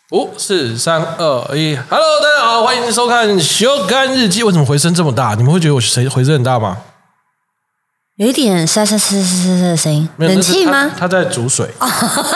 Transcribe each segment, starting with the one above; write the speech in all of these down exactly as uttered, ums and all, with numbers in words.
五四三二一 ，Hello， 大家好，欢迎收看《修干日记》。为什么回声这么大？你们会觉得我谁回声很大吗？ 有一点沙沙沙沙沙的声音，冷气吗？ 他在煮水。 欸、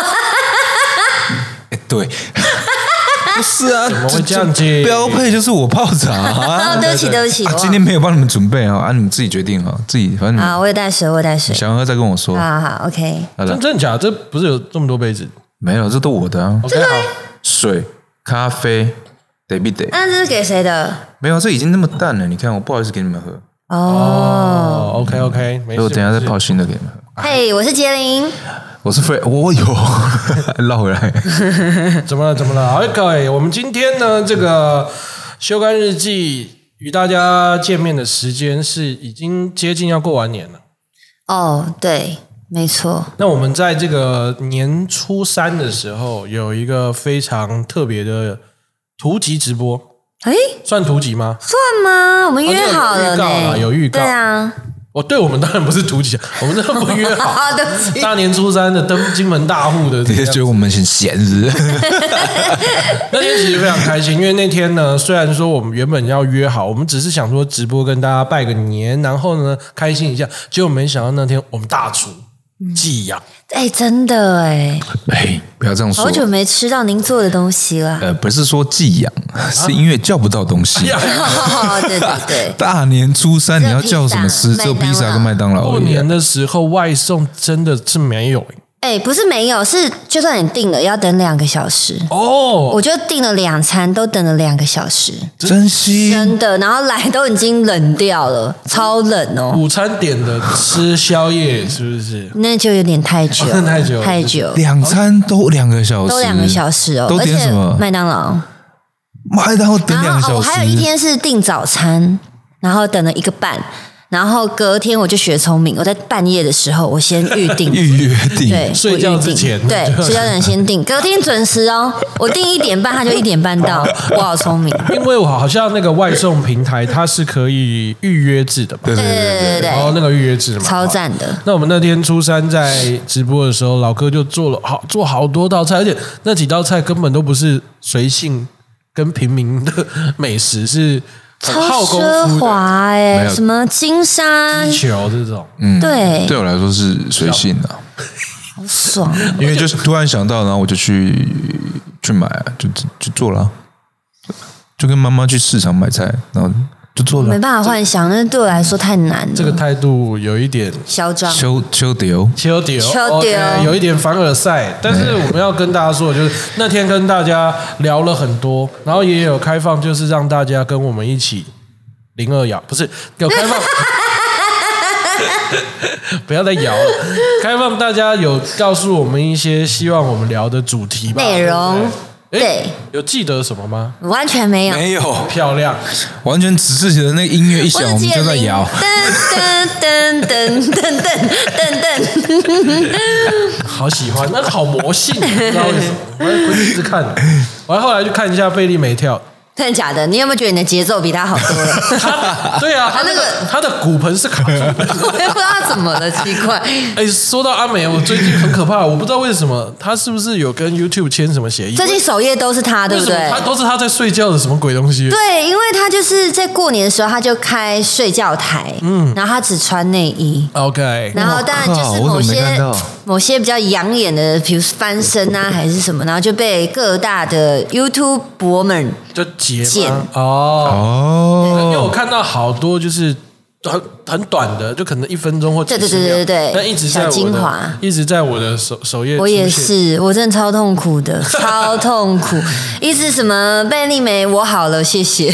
对，不是啊， 怎么会这样接？ 标配就是我泡茶啊！ 对不起，对不起， 啊，今天没有帮你们准备啊，啊，你们自己决定啊，自己反正。 啊，我有带水，我有带水。 想喝再跟我说。 好好 ，OK。 真真的假的？这不是有这么多杯子？ 没有，这都我的啊。 OK， 好。 水、咖啡，得必得。 那这是给谁的？ 没有，这已经那么淡了。你看，我不好意思给你们喝。 哦 ，OK OK， 没事。 我等一下再泡新的给你们喝。 嘿，我是杰林。 我是 Fred， 我有绕回来。 怎么了？怎么了？好，各位，我们今天呢，这个修干日记与大家见面的时间是已经接近要过完年了。 哦，对。没错， 那我们在这个年初三的时候有一个非常特别的图集直播， 哎， 算图集吗？ 算吗？我们约好了呢， 哦、有预告， 对啊。 哦，对，我们当然不是图集，我们真的不约好。 对不起， 大年初三的登金门大户的， 你是觉得我们很闲日？ 那天其实非常开心，因为那天呢，虽然说我们原本要约好，我们只是想说直播跟大家拜个年，然后呢开心一下，结果没想到那天我们大厨。寄养， 哎、欸，真的哎， 哎，不要这样说， 好久没吃到您做的东西了。 呃，不是说寄养，是因为叫不到东西。 哦，对对对， 大年初三你要叫什么吃？只有披萨跟麦当劳。 过年的时候外送真的是没有。 哎、欸，不是没有，是就算你订了，要等两个小时哦。 我就订了两餐，都等了两个小时， 真心真的。然后来都已经冷掉了，超冷哦。 午餐点的吃宵夜是不是？ 那就有点太久， 哦、太久， 太久。 两餐都两个小时， 都两个小时哦。 都点什么？ 麦当劳。 麦当劳等两个小时。 我还有一天是订早餐，然后等了一个半。然后隔天我就学聪明，我在半夜的时候我先预定预约订， 对， 睡觉之前， 对，睡觉前先订，隔天准时哦。我订一点半，他就一点半到，我好聪明。 因为我好像那个外送平台它是可以预约制的吧？ 对对对对对， 哦，那个预约制嘛， 超赞的。 那我们那天初三在直播的时候，老哥就做了好做好多道菜，而且那几道菜根本都不是随性跟平民的美食，是。 超奢华哎、欸，什么金沙鸡球这种， 嗯， 对， 对我来说是随性的， 好爽。 因为就是突然想到，然后我就去去买，就就做了，就跟妈妈去市场买菜，然后就做了。 没办法幻想，那对我来说太难了。 这个态度有一点嚣张， 秋秋丢， 秋丢， 秋丢， 有一点凡尔赛。但是我们要跟大家说，就是那天跟大家聊了很多，然后也有开放，就是让大家跟我们一起零二摇，不是有开放，不要再摇了，开放大家有告诉我们一些希望我们聊的主题吧， 内容。 对， 对， 有记得什么吗？ 完全没有， 没有， 漂亮， 完全只是觉得那个音乐一响，我们就在摇， 噔噔噔噔噔噔噔， 好喜欢，那个好魔性，不知道为什么，我还回去一直看，我还后来去看一下贝利美跳。 真的假的？你有没有觉得你的节奏比他好多了？ 他对啊，他那个他的骨盆是卡住的， 我也不知道他怎么了，奇怪。 哎，说到阿美，我最近很可怕，我不知道为什么，他是不是有跟 YouTube 签什么协议？ 最近首页都是他，对不对？ 他都是他在睡觉的什么鬼东西？ 对，因为他就是在过年的时候，他就开睡觉台，嗯，然后他只穿内衣 ，OK， 然后当然就是某些某些比较养眼的，比如翻身啊还是什么，然后就被各大的 YouTube 博们就剪哦。 哦， 因为我看到好多就是很很短的，就可能一分钟或几十秒， 对对对对对， 但一直在我的小精华， 一直在我的首首页。 我也是，我真的超痛苦的，超痛苦，一直什么贝利美，我好了，谢谢。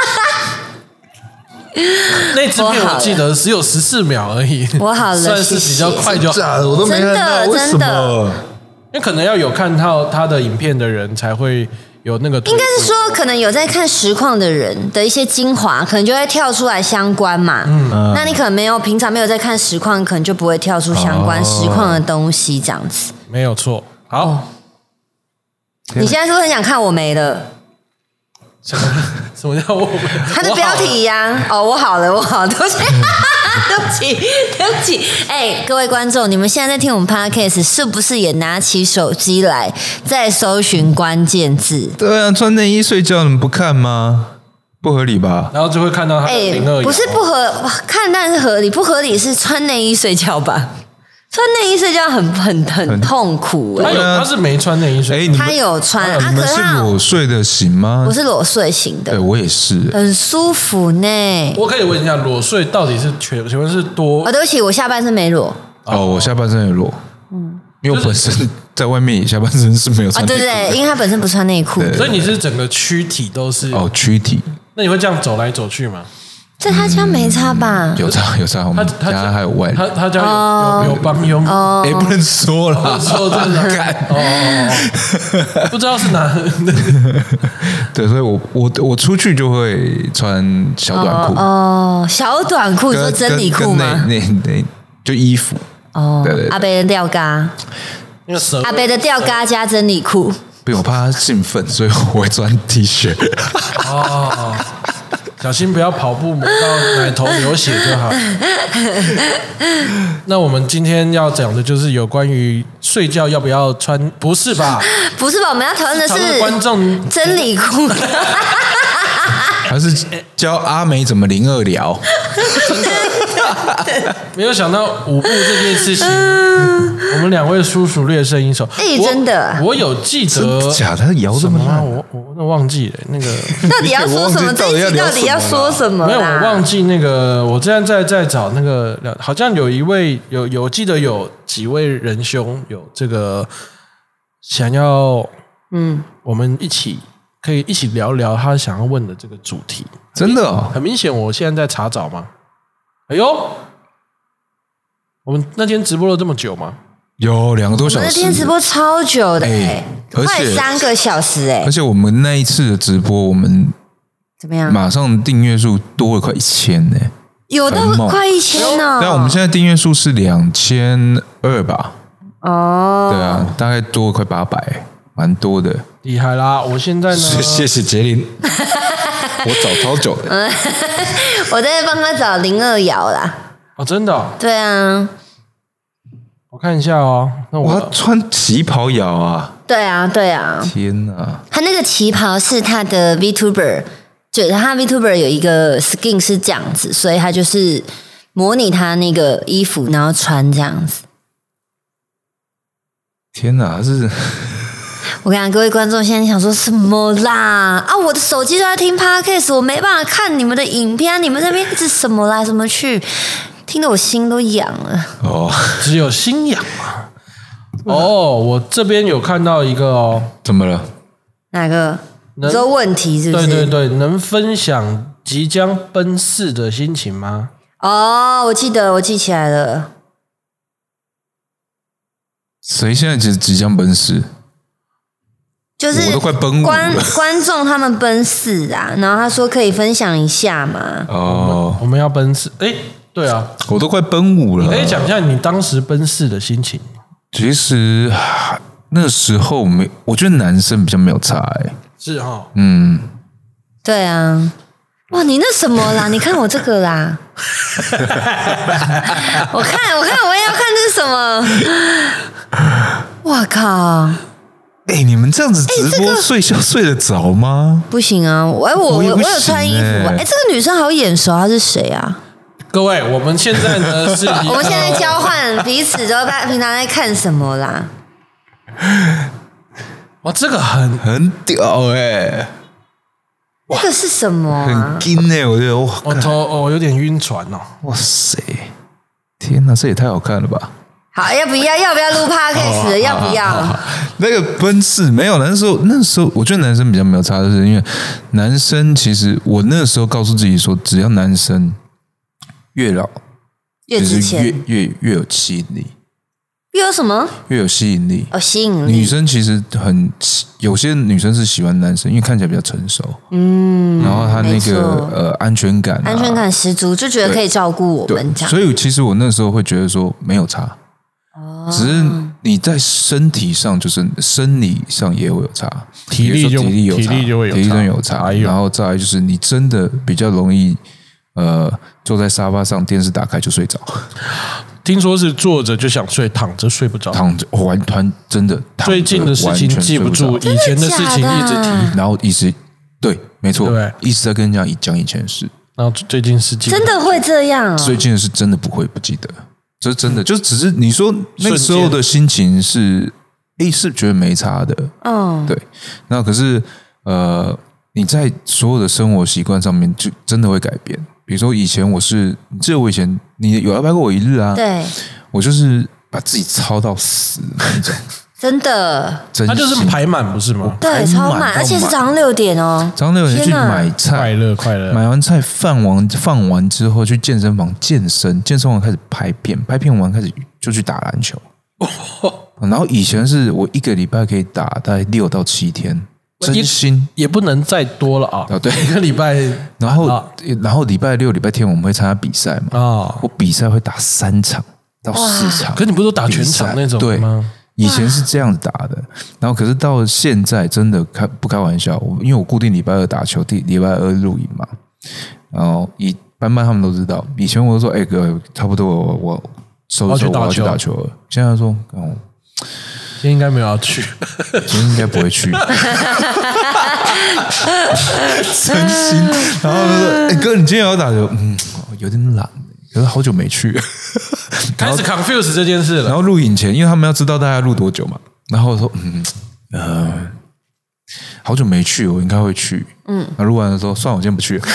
那支片我记得只有十四秒而已， 我好了， 算是比较快就好。 假的，我都没看到，为什么？ 因为可能要有看到他的影片的人才会。有那个应该是说，可能有在看实况的人的一些精华，可能就会跳出来相关嘛。嗯，那你可能没有平常没有在看实况，可能就不会跳出相关实况的东西，这样子。 没有错。好，哦、 你现在是不是很想看我没了？ 什么？ 什么叫我？ 他的标题呀、啊，哦，我好了，我好了，对不起，对不起，对不起。哎，各位观众，你们现在在听我们 podcast， 是不是也拿起手机来在搜寻关键字？ 对啊，穿内衣睡觉，你们不看吗？不合理吧？ 然后就会看到他的零二， 不是不合看，但是合理，不合理是穿内衣睡觉吧？穿内衣睡觉很很很痛苦、欸。 他有他是没穿内衣睡， 哎， 他有穿， 你们是裸睡的行吗？ 不是裸睡型的， 对我也是， 很舒服呢。 我可以问一下，裸睡到底是全请问是多？ 哦，对不起，我下半身没裸。 哦，我下半身也裸，嗯，因为我本身在外面，下半身是没有穿啊，对对对，因为他本身不穿内裤， 所以你是整个躯体都是哦，躯体。 那你会这样走来走去吗？ 在他家没差吧？ 有差有差，我们家还有外人， 他他家有有有帮佣哦，哎，不能说了， 不能说真的干哦，不知道是哪。 对，所以我我我出去就会穿小短裤哦，小短裤，你说真理裤吗？ 那那就衣服哦，对对，阿伯的吊嘎，阿伯的吊嘎加真理裤。 不用，我怕他兴奋，所以我会穿 T 恤。 哦。小心不要跑步磨到奶头流血就好。那我们今天要讲的就是有关于睡觉要不要穿，不是吧？ 不是吧？我们要讨论的是观众真理裤， 还是教阿美怎么零二聊？ 没有想到舞步这件事情，我们两位叔叔略胜一筹。 哎，真的， 我有记得假的摇这么烂，我我我忘记了那个到底要说什么？这一集到底要说什么？ 没有，我忘记那个。我现在在在找那个，好像有一位有有记得有几位仁兄有这个想要，嗯，我们一起可以一起聊聊他想要问的这个主题。 真的哦， 很明显，我现在在查找吗？哎呦，我们那天直播了这么久吗？ 有两个多小时。 那天直播超久的、欸，哎，快三个小时哎、欸！ 而且我们那一次的直播，我们怎么样？ 马上订阅数多了快一千呢， 有到快一千哦。 对啊，我们现在订阅数是两千二吧？ 哦， 对啊，大概多了快八百，蛮多的。 厉害啦！我现在呢， 谢谢杰林，我找超久的。 我在帮他找零二爻啦。 哦，真的、哦？ 对啊。 我看一下哦，那我要穿旗袍摇啊！ 对啊，对啊！ 天哪， 他那个旗袍是他的 VTuber， 就他 VTuber 有一个 skin 是这样子，所以他就是模拟他那个衣服，然后穿这样子。 天哪，是！ 我跟你讲，各位观众现在想说什么啦？啊，我的手机都在听 podcast， 我没办法看你们的影片，你们那边一直什么来什么去。听得我心都痒了哦， 只有心痒嘛。哦，我这边有看到一个哦， 怎么了？ 哪个？你说问题是不是？ 对对对，能分享即将奔四的心情吗？ 哦，我记得，我记起来了。 谁现在即即将奔四？ 就是我都快奔五了。 观观众他们奔四啊，然后他说可以分享一下嘛。 哦， 我们要奔四，哎。对啊， 我都快奔五了。 你可以讲一下你当时奔四的心情。 其实那时候没，我觉得男生比较没有差哎、欸。 是哈、哦， 嗯， 对啊。哇，你那什么啦？你看我这个啦。我看，我看，我也要看这是什么？哇靠！ 哎、欸，你们这样子直播睡觉、欸这个、睡得着吗？ 不行啊！我我我, 我有穿衣服啊！哎、欸，这个女生好眼熟，她是谁啊？ 各位，我们现在呢是， 我们现在交换彼此都平常在看什么啦？ 哇，这个很很屌哎、欸！ 这个是什么、啊？ 很硬哎、欸，我觉得哇， 我头哦有点晕船哦！ 哇塞，天哪，这也太好看了吧！ 好，要不要要不要录 podcast？、哦、要不要？好好好好那个奔四没有，那时候那时候我觉得男生比较没有差，就是因为男生其实我那时候告诉自己说，只要男生。越老越值钱， 越越越有吸引力， 越有什么？ 越有吸引力。 哦，吸引力。 女生其实很，有些女生是喜欢男生，因为看起来比较成熟，嗯，然后他那个呃安全感、啊， 安全感十足，就觉得可以照顾我们这样。 所以其实我那时候会觉得说没有差， 只是你在身体上，就是生理上也会有差， 体力就体力有差， 体力就会有差体力上有差。 哎呦然后再来就是你真的比较容易，呃，坐在沙发上，电视打开就睡着， 听说是坐着就想睡，躺着睡不着。 躺着完全真的躺着最近的事情记不住，以前的事情一直提， 然后一直对，没错， 对一直在跟人家讲以前的事。 然后最近是真的会这样哦？ 最近的是真的不会不记得，这是真的，就只是你说那个时候的心情是，诶，是觉得没差的， 嗯， 对。那可是呃，你在所有的生活习惯上面就真的会改变。比如说以前我是，你记得我以前你有来拍过我一日啊？ 对， 我就是把自己操到死的那种。 真的， 他就是排满不是吗？ 对，超满，而且是早上六点哦。 早上六点去买菜， 快乐快乐。 买完菜放完放完之后，去健身房健身，健身房开始拍片，拍片完开始就去打篮球。然后以前是我一个礼拜可以打大概六到七天，真心也不能再多了啊。 哦，对， 一个礼拜， 然后、 啊、 然后礼拜六、礼拜天我们会参加比赛嘛。 啊， 我比赛会打三场到四场， 可你不是都打全场那种对吗？ 以前是这样子打的，然后可是到现在真的开不开玩笑，我因为我固定礼拜二打球，礼拜二录影嘛，然后以班班他们都知道，以前我就说，哎、欸、哥，差不多我我收收我要去打球了，现在说，哦， 今天应该没有要去， 今天应该不会去，真心，然后就说，哎、欸、哥，你今天要打球，嗯，有点懒。可是好久没去了， 开始 confuse 这件事了。 然后录影前，因为他们要知道大家录多久嘛，然后我说，嗯呃，好久没去，我应该会去。嗯，然后录完的时候，算了，我今天不去了。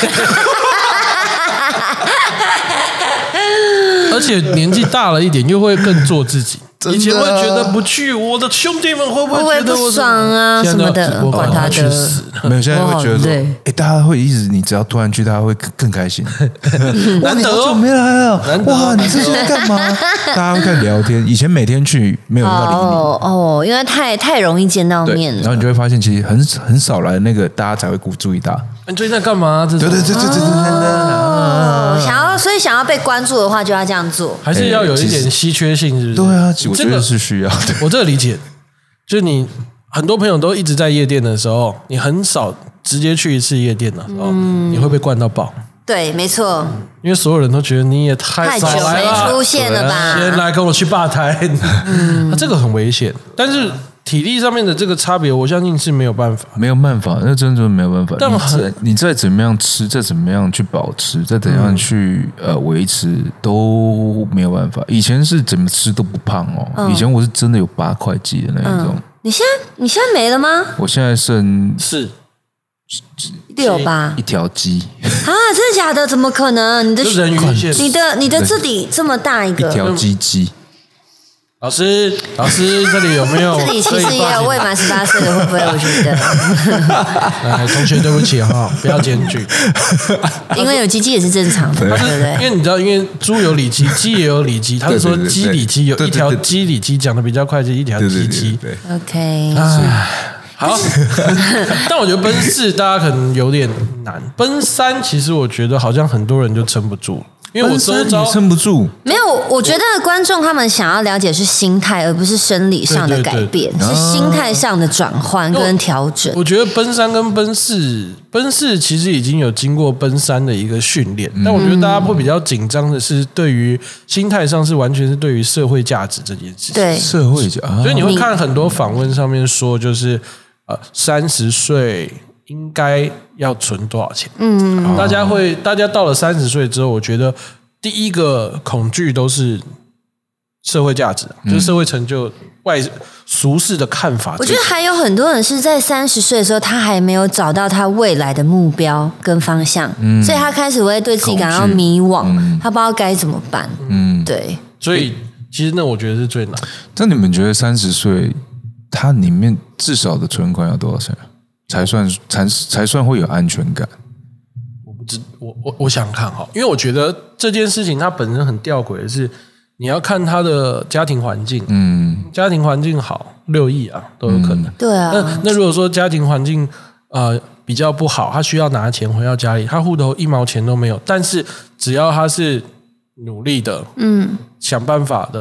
而且年纪大了一点，又会更做自己。以前会觉得不去，我的兄弟们会不会觉得我不爽啊什么的？管他的， 没有，现在会觉得说，哎，大家会一直，你只要突然去，大家会更更开心。 难得好久没来了，哇，你这是在干嘛？大家会开始聊天。以前每天去，没有人要理你。 哦哦，因为太太容易见到面了。 然后你就会发现，其实很很少来那个，大家才会注意到。 你最近在干嘛？对对对对对对对哦，想要所以想要被关注的话，就要这样做， 还是要有一点稀缺性，是不是？ 对啊，我觉得是需要的。 我这个理解，就是你很多朋友都一直在夜店的时候，你很少直接去一次夜店的时候，嗯、你会被灌到爆。 对，没错， 因为所有人都觉得你也太太久没出现了吧？ 先来跟我去吧台，嗯、这个很危险，但是。体力上面的这个差别，我相信是没有办法， 没有办法，那真的没有办法。 但你再你再怎么样吃，再怎么样去保持，再怎样去、嗯、呃维持，都没有办法。以前是怎么吃都不胖哦，嗯、以前我是真的有八块肌的那一种。嗯、 你现在你现在没了吗？ 我现在剩四六吧， 一条肌啊！真的假的？怎么可能？你的人鱼线， 你的你的这里这么大一个一条鸡鸡。 老师，老师，这里有没有？ 这里其实也有未满十八岁的，会不会？我觉得， 哎，同学，对不起哈，不要检举， 因为有鸡鸡也是正常的，对不对？ 因为你知道，因为猪有里脊，鸡也有里脊，他是说鸡里脊有一条鸡里脊，讲的比较快，就一条鸡鸡。 OK， 好，但我觉得奔四大家可能有点难，奔三其实我觉得好像很多人就撑不住。因为我周遭撑不住， 没有，我觉得观众他们想要了解是心态，而不是生理上的改变， 对对对是心态上的转换跟调整。 我觉得奔三跟奔四，奔四其实已经有经过奔三的一个训练，嗯、但我觉得大家会比较紧张的是，对于心态上是完全是对于社会价值这件事情。 对， 社会价， 所以你会看很多访问上面说，就是呃，三十岁。应该要存多少钱？嗯，大家会，大家到了三十岁之后，我觉得第一个恐惧都是社会价值，嗯、就是社会成就外俗世的看法。 我觉得还有很多人是在三十岁的时候，他还没有找到他未来的目标跟方向，嗯、所以他开始会对自己感到迷惘，嗯、他不知道该怎么办。嗯，对， 所以其实那我觉得是最难。 那你们觉得三十岁，它里面至少的存款要多少钱？才算才才算会有安全感。 我不知我我我想看哈，因为我觉得这件事情它本身很吊诡的是，你要看他的家庭环境，嗯，家庭环境好，六亿啊都有可能。嗯、 对啊， 那那如果说家庭环境呃比较不好，他需要拿钱回到家里，他户头一毛钱都没有，但是只要他是努力的，嗯，想办法的。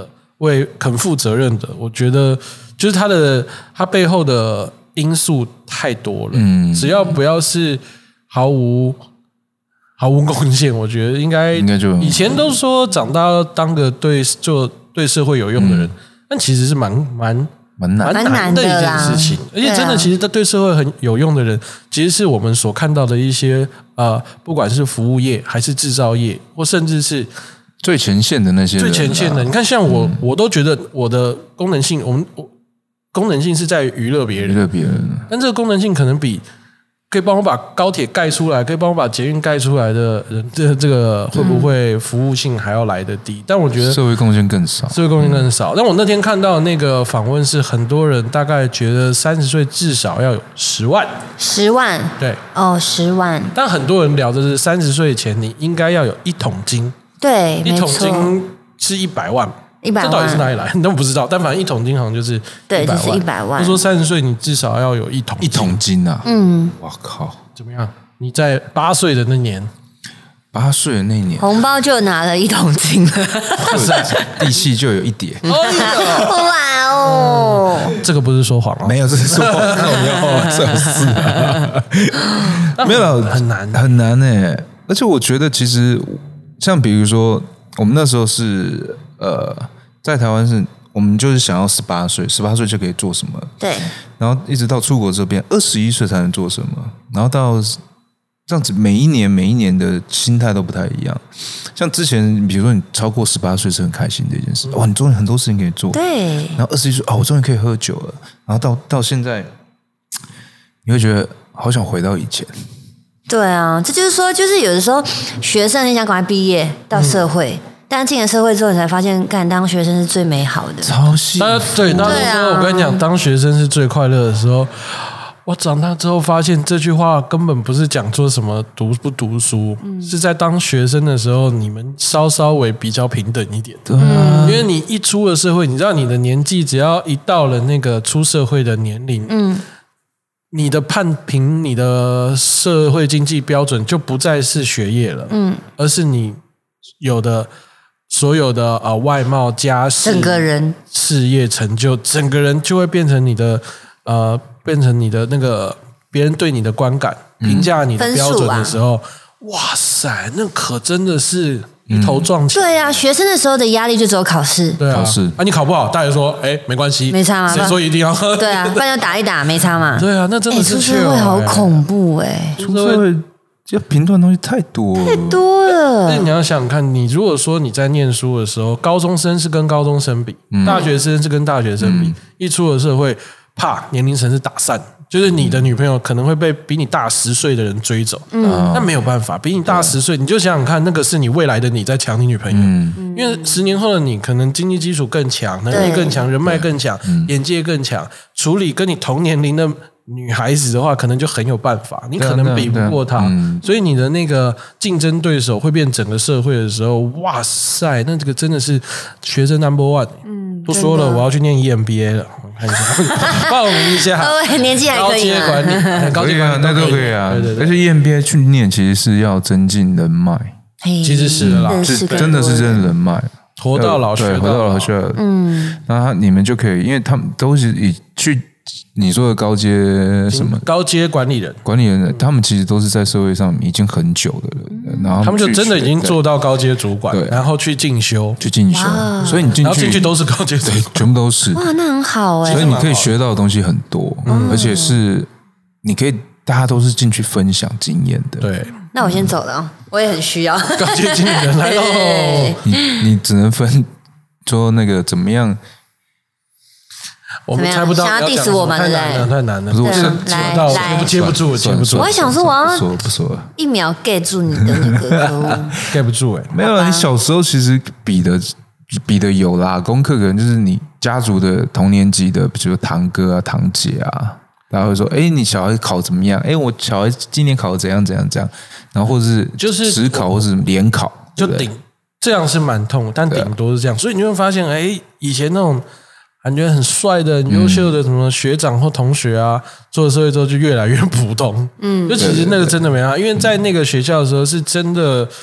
会肯负责任的，我觉得就是他的他背后的因素太多了。嗯，只要不要是毫无毫无贡献，我觉得应该应该就以前都说长大要当个对就对社会有用的人，嗯、但其实是蛮蛮。 蛮难蛮难的一件事情，而且真的，其实对社会很有用的人，其实是我们所看到的一些呃，不管是服务业还是制造业，或甚至是最前线的那些人、啊， 最前线的。你看，像我，嗯、我都觉得我的功能性，我们我功能性是在娱乐别人， 娱乐别人， 但这个功能性可能比可以帮我把高铁盖出来，可以帮我把捷运盖出来的人，这这个会不会服务性还要来得低？但我觉得社会贡献更少， 社会贡献更少。但我那天看到那个访问是，很多人大概觉得三十岁至少要有十万， 十万， 对， 哦，十万。 但很多人聊的是三十岁前你应该要有一桶金， 对， 一桶金是一百万。 一百万， 这到底是哪里来？你都不知道。但反正一桶金好像就是对，就是一百万。 他说三十岁你至少要有一桶一桶金啊！ 嗯， 我靠， 怎么样？你在八岁的那年， 八岁的那年， 红包就拿了一桶金了， 地契就有一叠。 哇哦！ 这个不是说谎啊， 没有，这是说谎，没有这事啊，没有很难很难哎。而且我觉得，其实像比如说，我们那时候是呃。在台湾是我们就是想要十八岁，十八岁就可以做什么？ 对。 然后一直到出国这边，二十一岁才能做什么？然后到这样子，每一年每一年的心态都不太一样。像之前，比如说你超过十八岁是很开心的一件事，哇，你终于很多事情可以做。 对。 然后二十一岁，哦，我终于可以喝酒了。然后到到现在，你会觉得好想回到以前。 对啊，这就是说，就是有的时候学生很想赶快毕业到社会。嗯，但进了社会之后，你才发现，干当学生是最美好的。 超幸福。 对，那时候我跟你讲，当学生是最快乐的时候。我长大之后发现，这句话根本不是讲说什么读不读书，嗯、是在当学生的时候，你们稍稍微比较平等一点。 对啊， 因为你一出了社会，你知道你的年纪只要一到了那个出社会的年龄，嗯。你的判评你的社会经济标准就不再是学业了，嗯，而是你有的所有的呃外貌、家世、 整个人事业成就，整个人就会变成你的呃，变成你的那个别人对你的观感、嗯、评价你的标准的时候，啊、哇塞，那可真的是一头撞起。 嗯、对啊，学生的时候的压力就只有考试， 对啊，考试啊，你考不好，大家说哎没关系， 没差嘛， 谁说一定要喝？ 对啊，不然就打一打，没差嘛。 对啊，那真的是、欸、 出社会好恐怖哎、 欸，出社会要评断的东西太多了， 太多了。 那你要想想看，你如果说你在念书的时候，高中生是跟高中生比，嗯、大学生是跟大学生比，嗯、一出了社会，啪，年龄层是打散。就是你的女朋友可能会被比你大十岁的人追走，嗯，那没有办法，比你大十岁，你就想想看，那个是你未来的你在抢你女朋友，嗯，因为十年后的你可能经济基础更强，能力更强，人脉更强，眼界更强，处理跟你同年龄的女孩子的话，可能就很有办法，你可能比不过她，嗯、所以你的那个竞争对手会变整个社会的时候，哇塞，那这个真的是学生 number one，嗯，都说了我要去念 E M B A 了。看一下，报名一下。 哦，年纪还可以高阶管理，高阶管理那都可以啊。对对对，而且 E M B A 去念其实是要增进人脉， 其实是的啦， 是真的是真的人脉， 活到老学到老， 活到老学到老。嗯，然后你们就可以，因为他们都是以去你说的高阶什么高阶管理人， 管理人，他们其实都是在社会上已经很久的人，然后他们就真的已经做到高阶主管，然后去进修， 去进修，所以你进去， 然后进去都是高阶主管， 全部都是。 哇，那很好哎， 所以你可以学到的东西很多，而且是你可以大家都是进去分享经验的。 对， 那我先走了，我也很需要高阶经理人来喽。 你你只能分说那个怎么样。 我们猜不到， 想要 diss 我吗？ 太难了，太难了。 不是，我是来来，接不住，接不住。 我还想说，我要说不说了， 一秒 get 住你的那个 ，get 不住哎。 没有，你小时候其实比的比的有啦，功课可能就是你家族的同年级的，比如堂哥啊、堂姐啊，大家会说，哎，你小孩考怎么样？哎，我小孩今年考的怎样怎样怎样，然后或者是就是指考或是联考， 就顶这样是蛮痛，但顶多是这样，所以你会发现，哎，以前那种。感觉很帅的、很优秀的什么学长或同学啊，做了社会之后就越来越普通。嗯，就其实那个真的没办法，因为在那个学校的时候是真的，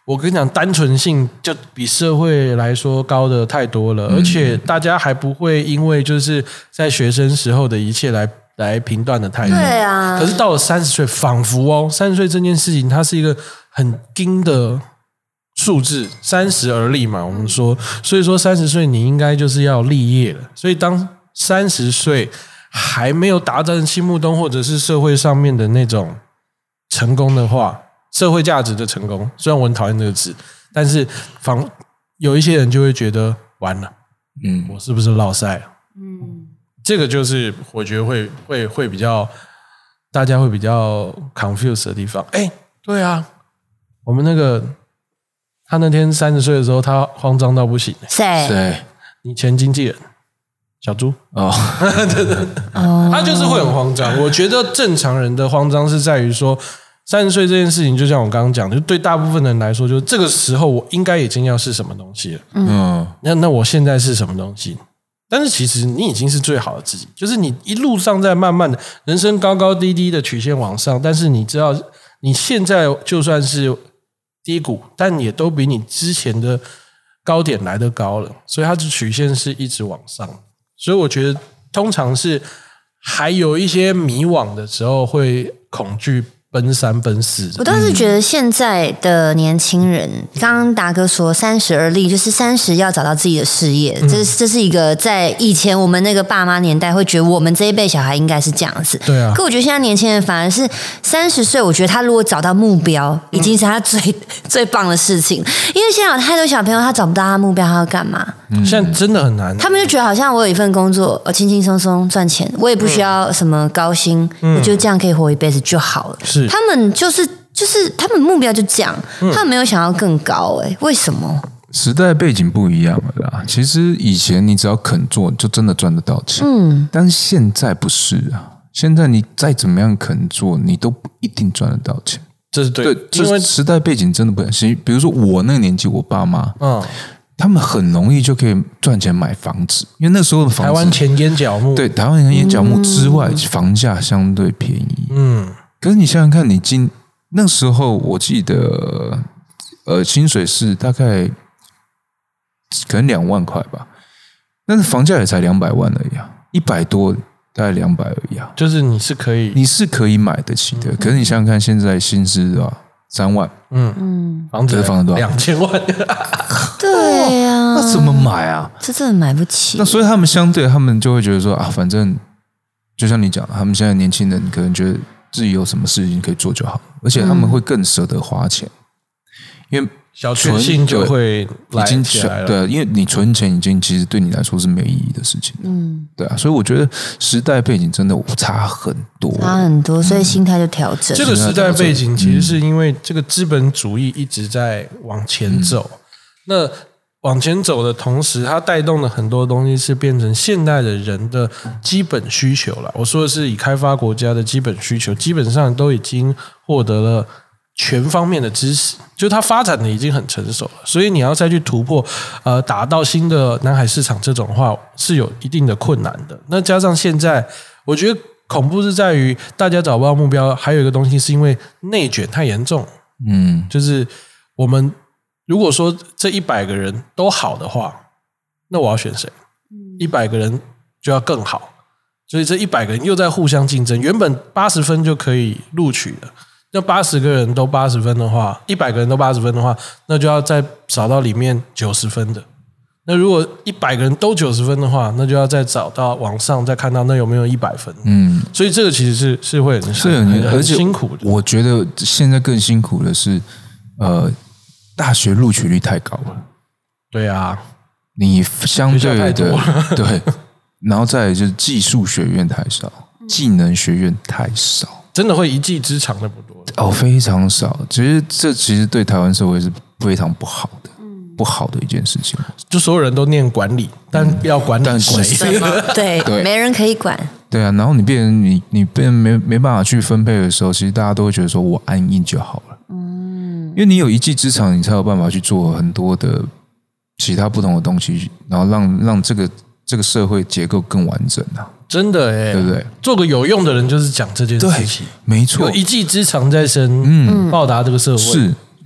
我跟你讲，单纯性就比社会来说高的太多了，嗯、而且大家还不会因为就是在学生时候的一切来来评断的太多。 对啊。 可是到了三十岁，仿佛哦，三十岁这件事情，它是一个很硬的数字，三十而立嘛，我们说，所以说三十岁你应该就是要立业了。所以当三十岁还没有达到心目中或者是社会上面的那种成功的话。社会价值的成功，虽然我很讨厌这个词，但是仿有一些人就会觉得完了，嗯，我是不是落赛了？嗯，这个就是我觉得会会会比较大家会比较 confused 的地方。哎，对啊，我们那个他那天三十岁的时候，他慌张到不行。 谁？ 谁？ 你前经纪人小猪哦， 对对， 哦， 他就是会很慌张。我觉得正常人的慌张是在于说。三十岁这件事情，就像我刚刚讲的，就对大部分人来说，就是这个时候我应该已经要是什么东西了。嗯，那那我现在是什么东西？但是其实你已经是最好的自己，就是你一路上在慢慢的人生高高低低的曲线往上，但是你知道你现在就算是低谷，但也都比你之前的高点来得高了，所以它的曲线是一直往上。所以我觉得通常是还有一些迷惘的时候会恐惧。奔三奔四， 我倒是觉得现在的年轻人，刚刚达哥说三十而立，就是三十要找到自己的事业，嗯、这这是一个在以前我们那个爸妈年代会觉得我们这一辈小孩应该是这样子， 对啊。 可我觉得现在年轻人反而是三十岁，我觉得他如果找到目标，已经是他最、嗯、最棒的事情，因为现在有太多小朋友他找不到他目标，他要干嘛？ 嗯、现在真的很难， 他们就觉得好像我有一份工作，我轻轻松松赚钱，我也不需要什么高薪，嗯、我就这样可以活一辈子就好了。 是。 他们就是就是他们目标就这样，嗯、他们没有想要更高哎、欸，为什么？ 时代背景不一样了啦。其实以前你只要肯做，就真的赚得到钱。嗯，但是现在不是啊。现在你再怎么样肯做，你都不一定赚得到钱。 这是对， 对，因为时代背景真的不一样。比如说我那个年纪，我爸妈，嗯，他们很容易就可以赚钱买房子，因为那时候的房子， 台湾前烟角木， 对，台湾前烟角木之外，嗯、房价相对便宜。嗯。可是你想想看，你今那时候我记得，呃，薪水是大概可能两万块吧，但是房价也才两百万而已啊，一百多大概两百而已啊， 就是你是可以， 你是可以买得起的。嗯、可是你想想看，现在薪资啊三万，嗯嗯，房子房子多少？两千万， 对啊， 那怎么买啊？ 这真的买不起。 那所以他们相对，他们就会觉得说啊，反正就像你讲，他们现在年轻人可能觉得。自己有什么事情可以做就好，而且他们会更舍得花钱，嗯、因为小确幸就会已经对，因为你存钱已经其实对你来说是没有意义的事情，嗯，对啊，所以我觉得时代背景真的差很多， 差很多，所以心态就调整。 这个时代背景其实是因为这个资本主义一直在往前走，嗯、那。往前走的同时，它带动的很多东西是变成现代的人的基本需求了。我说的是以开发国家的基本需求，基本上都已经获得了全方面的支持，就是它发展的已经很成熟了。所以你要再去突破，呃，打到新的南海市场这种话是有一定的困难的。那加上现在，我觉得恐怖是在于大家找不到目标，还有一个东西是因为内卷太严重。嗯，就是我们。如果说这一百个人都好的话，那我要选谁？一百个人就要更好，所以这一百个人又在互相竞争。原本八十分就可以录取了，那八十个人都八十分的话，一百个人都八十分的话，那就要再找到里面九十分的。那如果一百个人都九十分的话，那就要再找到网上再看到那有没有一百分。嗯，所以这个其实是是会很是很很辛苦的。 我觉得现在更辛苦的是，呃。大学录取率太高了， 对啊， 你相对的对，然后再来就是技术学院太少，技能学院太少， 真的会一技之长的不多哦，非常少。其实这其实对台湾社会是非常不好的，不好的一件事情。 就所有人都念管理，但要管理谁？ 对对，没人可以管。 对啊，然后你变成你你变没没办法去分配的时候，其实大家都会觉得说我安逸就好了。因为你有一技之长，你才有办法去做很多的其他不同的东西，然后让让这个这个社会结构更完整啊！ 真的哎， 对不对？ 做个有用的人就是讲这件事情， 没错， 有一技之长在身，嗯，报答这个社会是。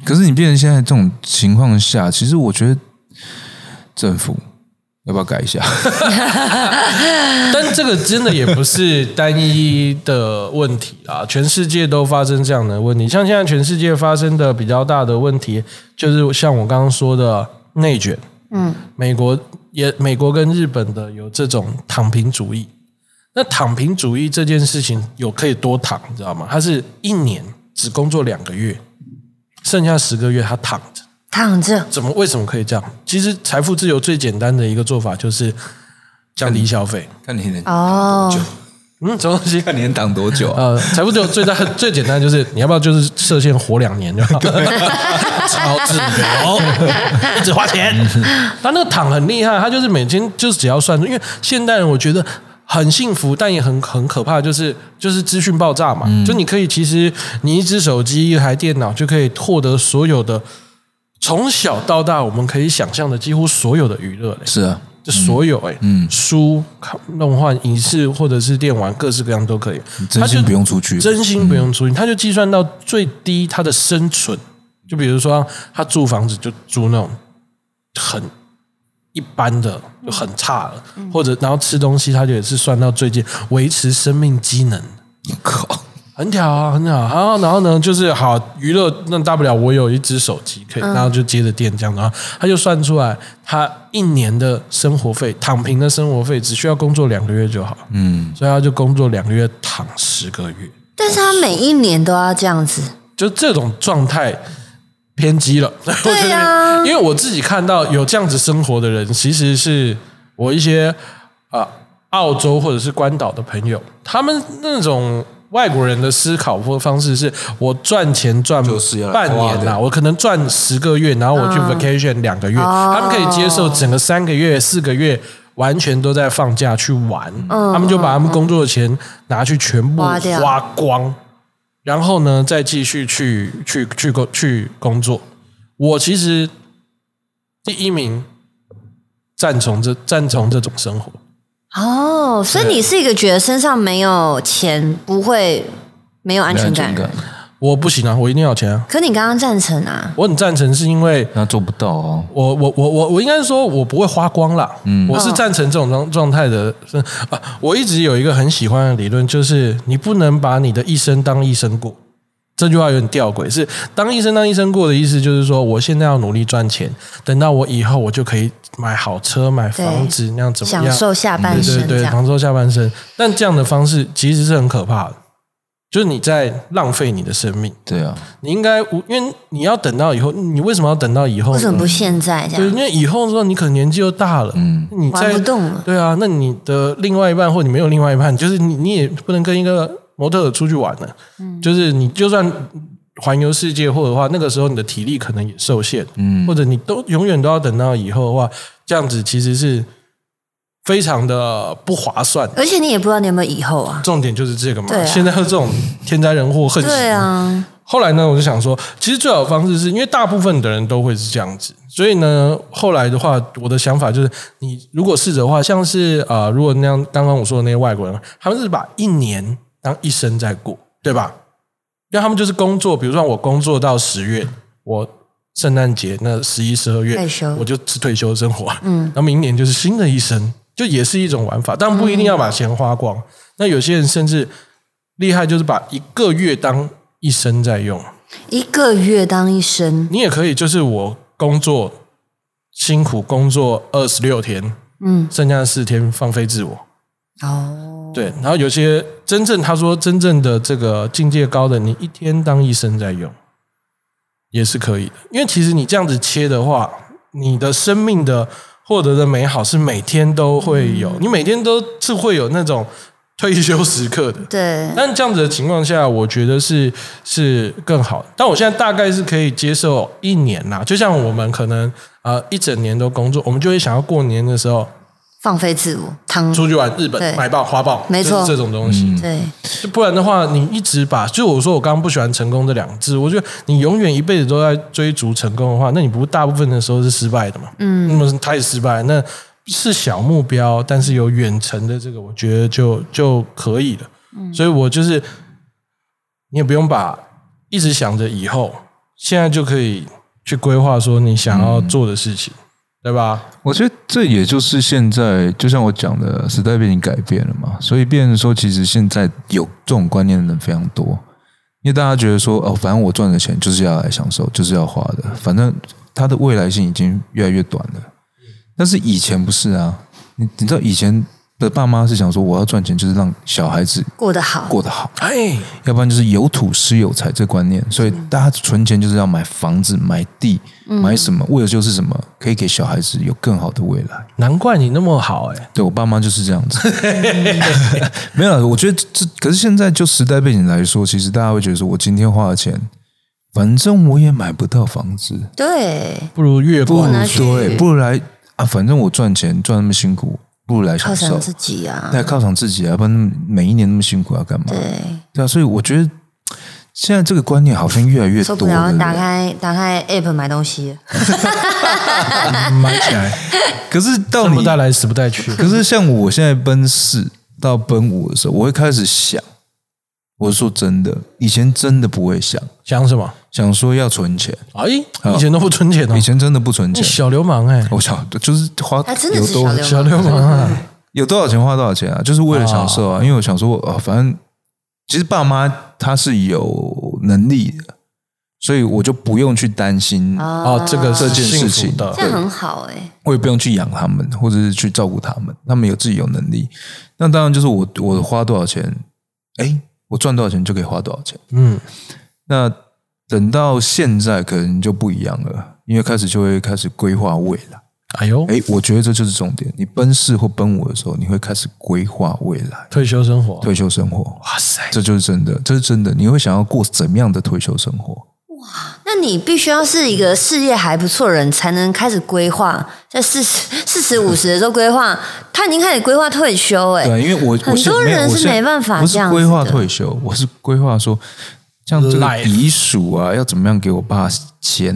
可是你变成现在这种情况下，其实我觉得政府要不要改一下？ 但这个真的也不是单一的问题啦，全世界都发生这样的问题。像现在全世界发生的比较大的问题，就是像我刚刚说的内卷。嗯，美国也美国跟日本的有这种躺平主义。那躺平主义这件事情有可以多躺，你知道吗？他是一年只工作两个月，剩下十个月他躺着。 躺着？ 怎么？为什么可以这样？其实财富自由最简单的一个做法就是降低消费。 看你能哦， 嗯，什么东西？ 看你能挡多久啊？ 呃，财富自由最大最简单就是你要不要就是设限活两年就好，超自由，一直花钱。他那个躺很厉害，他就是每天就是只要算，因为现代人我觉得很幸福，但也很很可怕，就是就是资讯爆炸嘛。嗯、就你可以其实你一只手机一台电脑就可以获得所有的从小到大我们可以想象的几乎所有的娱乐。 是啊。 就所有哎、欸，嗯，书、动画、影视或者是电玩，各式各样都可以。 真心不用出去， 真心不用出去，他就计算到最低他的生存。就比如说，他租房子就租那种很一般的，就很差了，嗯、或者然后吃东西，他就也是算到最近维持生命机能。 靠！ 很屌啊，很屌。然后，然后呢，就是好娱乐，那大不了我有一只手机可以，然后就接着电这样，然后他就算出来，他一年的生活费，躺平的生活费只需要工作两个月就好，嗯，所以他就工作两个月，躺十个月。 但是他每一年都要这样子， 就这种状态偏激了。 对啊， 因为我自己看到有这样子生活的人，其实是我一些啊、呃、澳洲或者是关岛的朋友，他们那种。外国人的思考或方式是我赚钱赚半年啦，我可能赚十个月，然后我去 vacation 两个月， 哦、 他们可以接受整个三个月、四个月完全都在放假去玩，嗯、他们就把他们工作的钱拿去全部花光，然后呢再继续去去去工去工作。我其实第一名赞同这赞同这种生活。 哦，所以你是一个觉得身上没有钱不会没有安全感的人。 我不行啊，我一定要有钱啊。 可你刚刚赞成啊？ 我很赞成，是因为那做不到哦。 我我我我我应该说，我不会花光啦。嗯，我是赞成这种状状态的。啊，我一直有一个很喜欢的理论，就是你不能把你的一生当一生过。这句话有点吊诡，是当一生当一生过的意思，就是说我现在要努力赚钱，等到我以后我就可以买好车、买房子，那样怎么样？ 享受下半生， 对对对，享受下半生。但这样的方式其实是很可怕的，就是你在浪费你的生命。 对啊， 你应该，因为你要等到以后，你为什么要等到以后？ 为什么不现在这样？ 对，因为以后的时候你可能年纪又大了，嗯，你在玩不动了。 对啊，那你的另外一半或你没有另外一半，就是你你也不能跟一个模特出去玩了，嗯，就是你就算环游世界或者话，那个时候你的体力可能也受限，嗯，或者你都永远都要等到以后的话，这样子其实是非常的不划算， 而且你也不知道你有没有以后啊。 重点就是这个嘛， 啊、 现在有这种天灾人祸横行， 对啊。 后来呢，我就想说，其实最好的方式是因为大部分的人都会是这样子，所以呢，后来的话，我的想法就是，你如果试着的话，像是啊、呃，如果那样，刚刚我说的那些外国人，他们是把一年当一生在过，对吧？因为他们就是工作，比如说我工作到十月，我圣诞节那十一、十二月，我就是退休生活，嗯，然后明年就是新的一生，就也是一种玩法，但不一定要把钱花光。嗯、那有些人甚至厉害，就是把一个月当一生在用， 一个月当一生， 你也可以，就是我工作辛苦工作二十六天，嗯，剩下的四天放飞自我，哦。对，然后有些真正他说真正的这个境界高的，你一天当一生在用，也是可以的。因为其实你这样子切的话，你的生命的获得的美好是每天都会有，嗯、你每天都是会有那种退休时刻的。 对， 但这样子的情况下，我觉得是是更好。但我现在大概是可以接受一年啦，就像我们可能呃一整年都工作，我们就会想要过年的时候。 放飞自我，躺出去玩日本买爆花爆， 没错， 这种东西。 嗯、对， 不然的话，你一直把，就我说我刚刚不喜欢成功这两个字，我觉得你永远一辈子都在追逐成功的话，那你不大部分的时候是失败的嘛？嗯，那么太失败，那是小目标，但是有远程的这个，我觉得就就可以了。嗯、所以我就是你也不用把一直想着以后。 现在就可以去规划说你想要做的事情，嗯、对吧？ 我觉得这也就是现在，就像我讲的，时代背景改变了嘛，所以变成说，其实现在有这种观念的人非常多，因为大家觉得说，哦，反正我赚的钱就是要来享受，就是要花的，反正它的未来性已经越来越短了。但是以前不是啊，你你知道以前的爸妈是想说，我要赚钱就是让小孩子过得好， 过得好， 哎， 要不然就是有土施有财这观念，所以大家存钱就是要买房子、买地、嗯、买什么，为的就是什么，可以给小孩子有更好的未来。 难怪你那么好哎、欸， 对我爸妈就是这样子，没有，我觉得这可是现在就时代背景来说，其实大家会觉得说，我今天花的钱，反正我也买不到房子， 对， 不如月不如对，不如来啊，反正我赚钱赚那么辛苦。不如来享受， 犒赏自己啊！ 对，犒赏自己啊！不然每一年那么辛苦要干嘛？ 对， 对啊，所以我觉得现在这个观念好像越来越多。 受不了，打开打开 app 买东西， 买起来。 可是到你生不带来，死不带去。 可是像我现在奔四到奔五的时候，我会开始想，我说真的，以前真的不会想， 想什么？ 想说要存钱。 哎，以前都不存钱哦， 以前真的不存钱， 小流氓哎、欸！ 我想就是花， 还真的是小流氓， 小流氓啊！ 有多少钱花多少钱啊，就是为了享受啊。哦、因为我想说，哦，反正其实爸妈他是有能力的，所以我就不用去担心哦这个这件事情， 这样很好哎、欸。 我也不用去养他们，或者是去照顾他们，他们有自己有能力。那当然就是我我花多少钱，哎，我赚多少钱就可以花多少钱。嗯，那等到现在可能就不一样了，因为开始就会开始规划未来。 哎呦， 哎，我觉得这就是重点。你奔四或奔五的时候，你会开始规划未来， 退休生活， 退休生活。 哇塞， 这就是真的，这是真的。你会想要过怎么样的退休生活？ 哇，那你必须要是一个事业还不错的人，才能开始规划，在四十四十五十的时候规划。他已经开始规划退休、欸，哎， 对，因为我很多人是没办法这样子的。 不是规划退休，我是规划说。像这个遗属啊，要怎么样给我爸钱？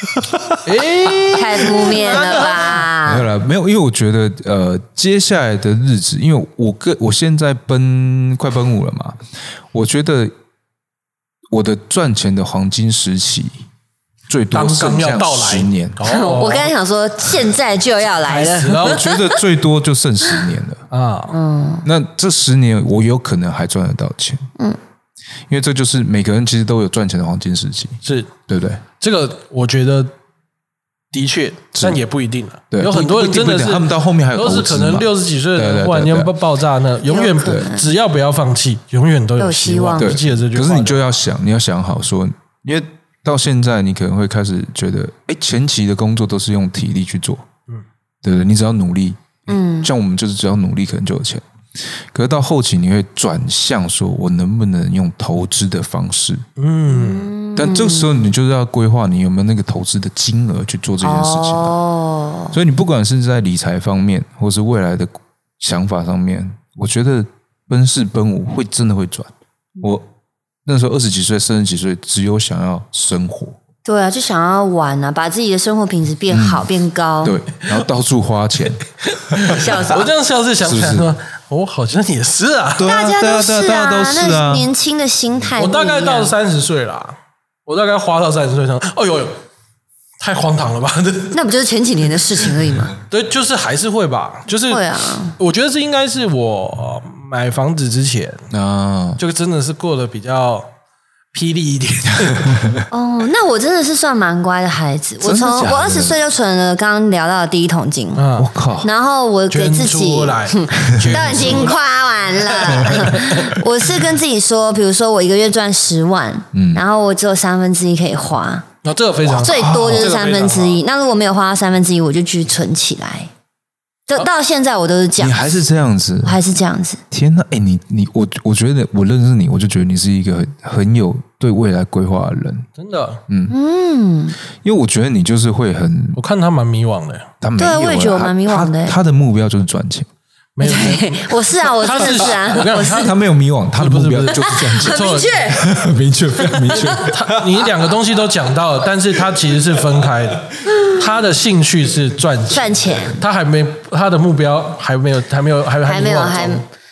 太负面了吧？ 没有啦，没有，因为我觉得呃，接下来的日子，因为我个我现在奔快奔五了嘛，我觉得我的赚钱的黄金时期最多剩下十年。 哦、我刚才想说，现在就要来了， 然后我觉得最多就剩十年了啊。嗯，那这十年我有可能还赚得到钱。嗯。因为这就是每个人其实都有赚钱的黄金时期， 是对不对？ 这个我觉得的确，但也不一定了。 对， 有很多人真的是他们到后面还有都是可能六十几岁的人忽然间爆炸呢，永远不只要不要放弃，永远都有希望。 对， 记得这句话。 可是你就要想，你要想好说，因为到现在你可能会开始觉得，哎，前期的工作都是用体力去做，嗯，对不对？你只要努力，嗯，像我们就是只要努力，可能就有钱。可是到后期你会转向说，我能不能用投资的方式？嗯，但这个时候你就是要规划你有没有那个投资的金额去做这件事情。哦，所以你不管是在理财方面，或是未来的想法上面，我觉得奔四奔五会真的会转。我那时候二十几岁、三十几岁，只有想要生活。 对啊，就想要玩啊，把自己的生活品质变好、嗯、变高。 对，然后到处花钱。 笑死！ 我这样笑是想起来说，我、哦、好像也是啊， 对啊， 大家都是啊， 大家都是啊。 那年轻的心态， 我大概到三十岁啦，我大概花到三十岁上，哎呦呦，太荒唐了吧？ 那不就是前几年的事情而已吗？ 对，就是还是会吧，就是会啊。 我觉得这应该是我买房子之前啊，就真的是过得比较。霹雳一点哦，那我真的是算蛮乖的孩子。我从我二十岁就存了刚刚聊到的第一桶金， 我靠！ 然后我给自己都已经花完了。我是跟自己说，比如说我一个月赚十万，嗯，然后我只有三分之一可以花， 那、哦、这个非常最多就是三分之一。那如果没有花到三分之一，我就继续存起来。就到现在我都是这样， 你还是这样子， 我还是这样子。 天哪，哎，你你我我觉得我认识你，我就觉得你是一个很很有对未来规划的人， 真的， 嗯嗯，因为我觉得你就是会很， 我看他蛮迷惘的， 他没有、 对，我也觉得我蛮迷惘的他，他的目标就是赚钱。 没有， 我是啊，我真的是啊， 我是他没有迷惘，他的目标就是赚钱， 很明确， 明确，非常明确。 他你两个东西都讲到了，但是他其实是分开的。他的兴趣是赚钱， 赚钱， 他还没他的目标还没有还没有还还没有还。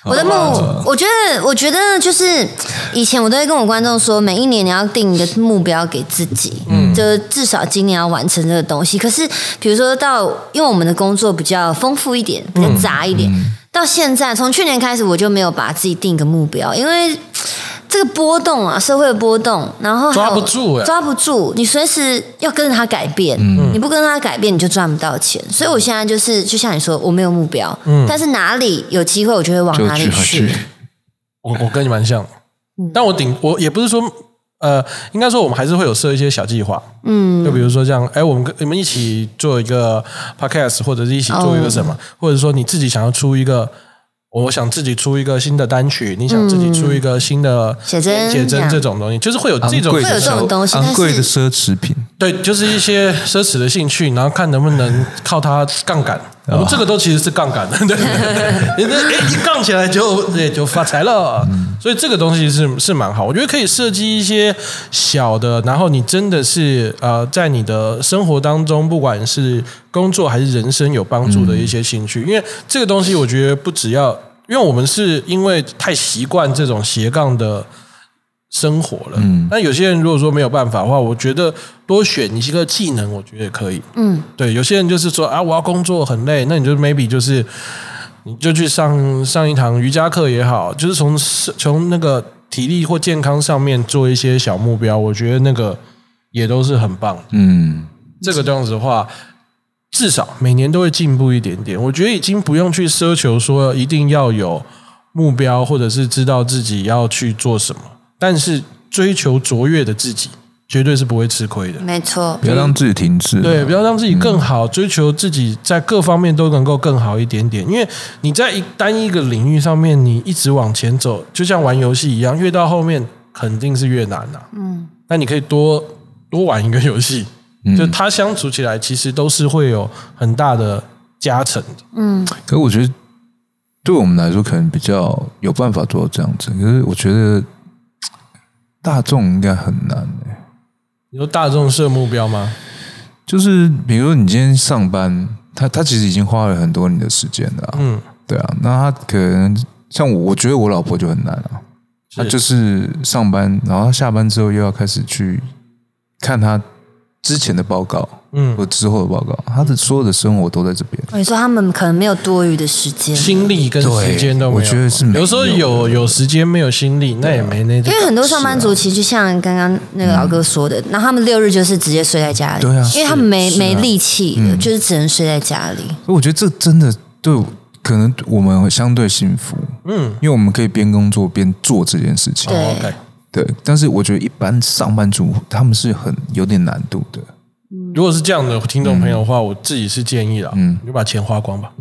我的目，我觉得，我觉得就是以前我都会跟我观众说，每一年你要定一个目标给自己，嗯，就至少今年要完成这个东西。可是，比如说到，因为我们的工作比较丰富一点，比较杂一点，嗯嗯、到现在从去年开始，我就没有把自己定一个目标，因为这个波动啊，社会的波动，然后抓不住， 抓不住，你随时要跟着它改变，嗯、你不跟着它改变，你就赚不到钱。所以我现在就是，就像你说，我没有目标，嗯、但是哪里有机会，我就会往哪里去。 我我跟你蛮像的，嗯、但我顶我也不是说，呃，应该说我们还是会有设一些小计划，嗯，就比如说这样，哎，我们跟你们一起做一个 podcast， 或者是一起做一个什么，哦、或者说你自己想要出一个。我想自己出一个新的单曲，你想自己出一个新的写真、 写真这种东西，就是会有这种会有这种东西， 昂贵的奢侈品， 对，就是一些奢侈的兴趣，然后看能不能靠它杠杆。我们这个都其实是杠杆的，对，哎，一杠起来就也就发财了。嗯、所以这个东西是是蛮好，我觉得可以设计一些小的，然后你真的是呃，在你的生活当中，不管是工作还是人生有帮助的一些兴趣，嗯、因为这个东西我觉得不只要。因为我们是因为太习惯这种斜杠的生活了，嗯，但有些人如果说没有办法的话，我觉得多选一个技能，我觉得也可以，嗯，对，有些人就是说啊，我要工作很累，那你就 maybe 就是你就去上上一堂瑜伽课也好，就是从从那个体力或健康上面做一些小目标，我觉得那个也都是很棒，嗯，这个这样子的话。至少每年都会进步一点点，我觉得已经不用去奢求说一定要有目标，或者是知道自己要去做什么，但是追求卓越的自己绝对是不会吃亏的。 没错， 不要让自己停滞， 对，不要让自己更好，嗯、追求自己在各方面都能够更好一点点。因为你在一单一个领域上面，你一直往前走，就像玩游戏一样，越到后面肯定是越难啊。嗯，那你可以多多玩一个游戏。就他相处起来，其实都是会有很大的加成的。嗯， 可是我觉得对我们来说，可能比较有办法做到这样子。可是我觉得大众应该很难、欸。 你说大众设目标吗？ 就是比如说你今天上班，他他其实已经花了很多你的时间了、啊。嗯，对啊。那他可能像我，我觉得我老婆就很难啊。她就是上班，然后她下班之后又要开始去看她。之前的报告，嗯，或之后的报告，他的所有的生活都在这边。 你说他们可能没有多余的时间、 心力跟时间都没有。 我觉得是没有， 有时候有有时间没有心力，那也没那。因为很多上班族其实就像刚刚那个老哥说的，然后他们六日就是直接睡在家里， 对啊， 因为他们没没力气了，就是只能睡在家里。 所以我觉得这真的对，可能我们相对幸福，嗯，因为我们可以边工作边做这件事情。 对。 Okay. 对，但是我觉得一般上班族他们是很有点难度的。 如果是这样的听众朋友的话，嗯、我自己是建议啦，嗯，你就把钱花光吧。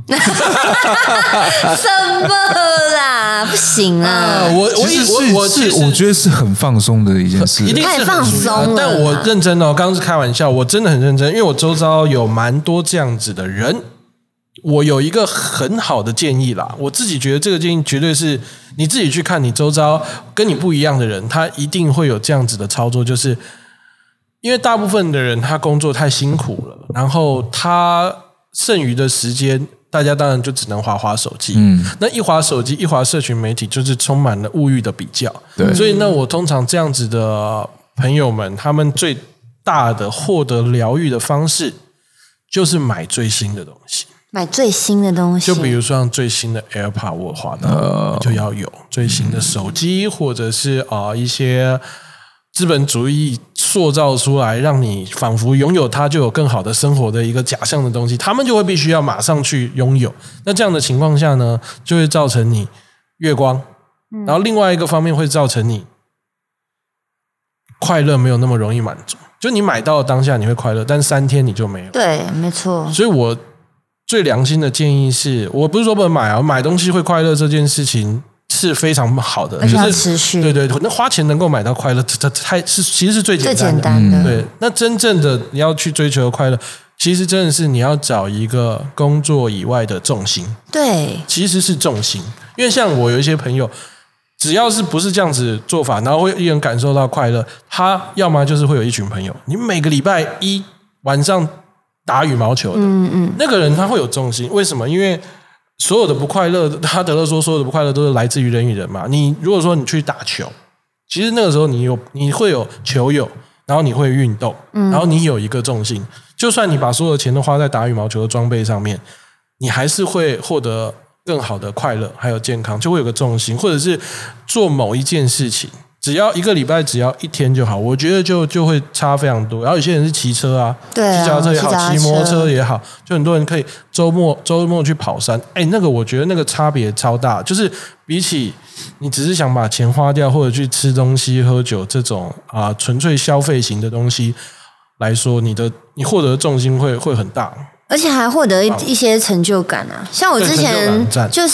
什么啦？不行啊！ 啊我我我我是我觉得是很放松的一件事， 一定是太放松了。 但我认真哦，刚刚是开玩笑，我真的很认真，因为我周遭有蛮多这样子的人。我有一个很好的建议啦，我自己觉得这个建议绝对是你自己去看你周遭跟你不一样的人，他一定会有这样子的操作，就是因为大部分的人他工作太辛苦了，然后他剩余的时间，大家当然就只能滑滑手机。嗯，那一滑手机，一滑社群媒体，就是充满了物欲的比较。对，所以呢，我通常这样子的朋友们，他们最大的获得疗愈的方式，就是买最新的东西。 买最新的东西， 就比如说像最新的 AirPod 我滑到、呃、就要有最新的手机，或者是啊、呃、一些资本主义塑造出来让你仿佛拥有它就有更好的生活的一个假象的东西，他们就会必须要马上去拥有。那这样的情况下呢，就会造成你月光，然后另外一个方面会造成你快乐没有那么容易满足。就你买到当下你会快乐，但三天你就没有。 对，没错。 所以我最良心的建议是，我不是说不能买啊，买东西会快乐这件事情是非常好的， 而且要持续。 对对，那花钱能够买到快乐，它太是其实是最简单的。 最简单的， 对。那真正的你要去追求快乐，其实真的是你要找一个工作以外的重心。 对， 其实是重心，因为像我有一些朋友，只要是不是这样子做法，然后会一人感受到快乐，他要么就是会有一群朋友，你每个礼拜一晚上打羽毛球的，嗯嗯，那个人他会有重心，为什么？因为所有的不快乐，哈德勒说所有的不快乐都是来自于人与人嘛。你如果说你去打球，其实那个时候你有你会有球友，然后你会运动，然后你有一个重心，就算你把所有的钱都花在打羽毛球的装备上面，你还是会获得更好的快乐还有健康，就会有个重心，或者是做某一件事情。只要一个礼拜，只要一天就好，我觉得就就会差非常多。然后有些人是骑车啊， 对啊， 骑脚踏车也好，骑摩托车也好，就很多人可以周末周末去跑山。哎，那个我觉得那个差别超大，就是比起你只是想把钱花掉或者去吃东西、喝酒这种啊、呃、纯粹消费型的东西来说，你的你获得的重心会会很大。 而且还获得一些成就感啊！像我之前就是，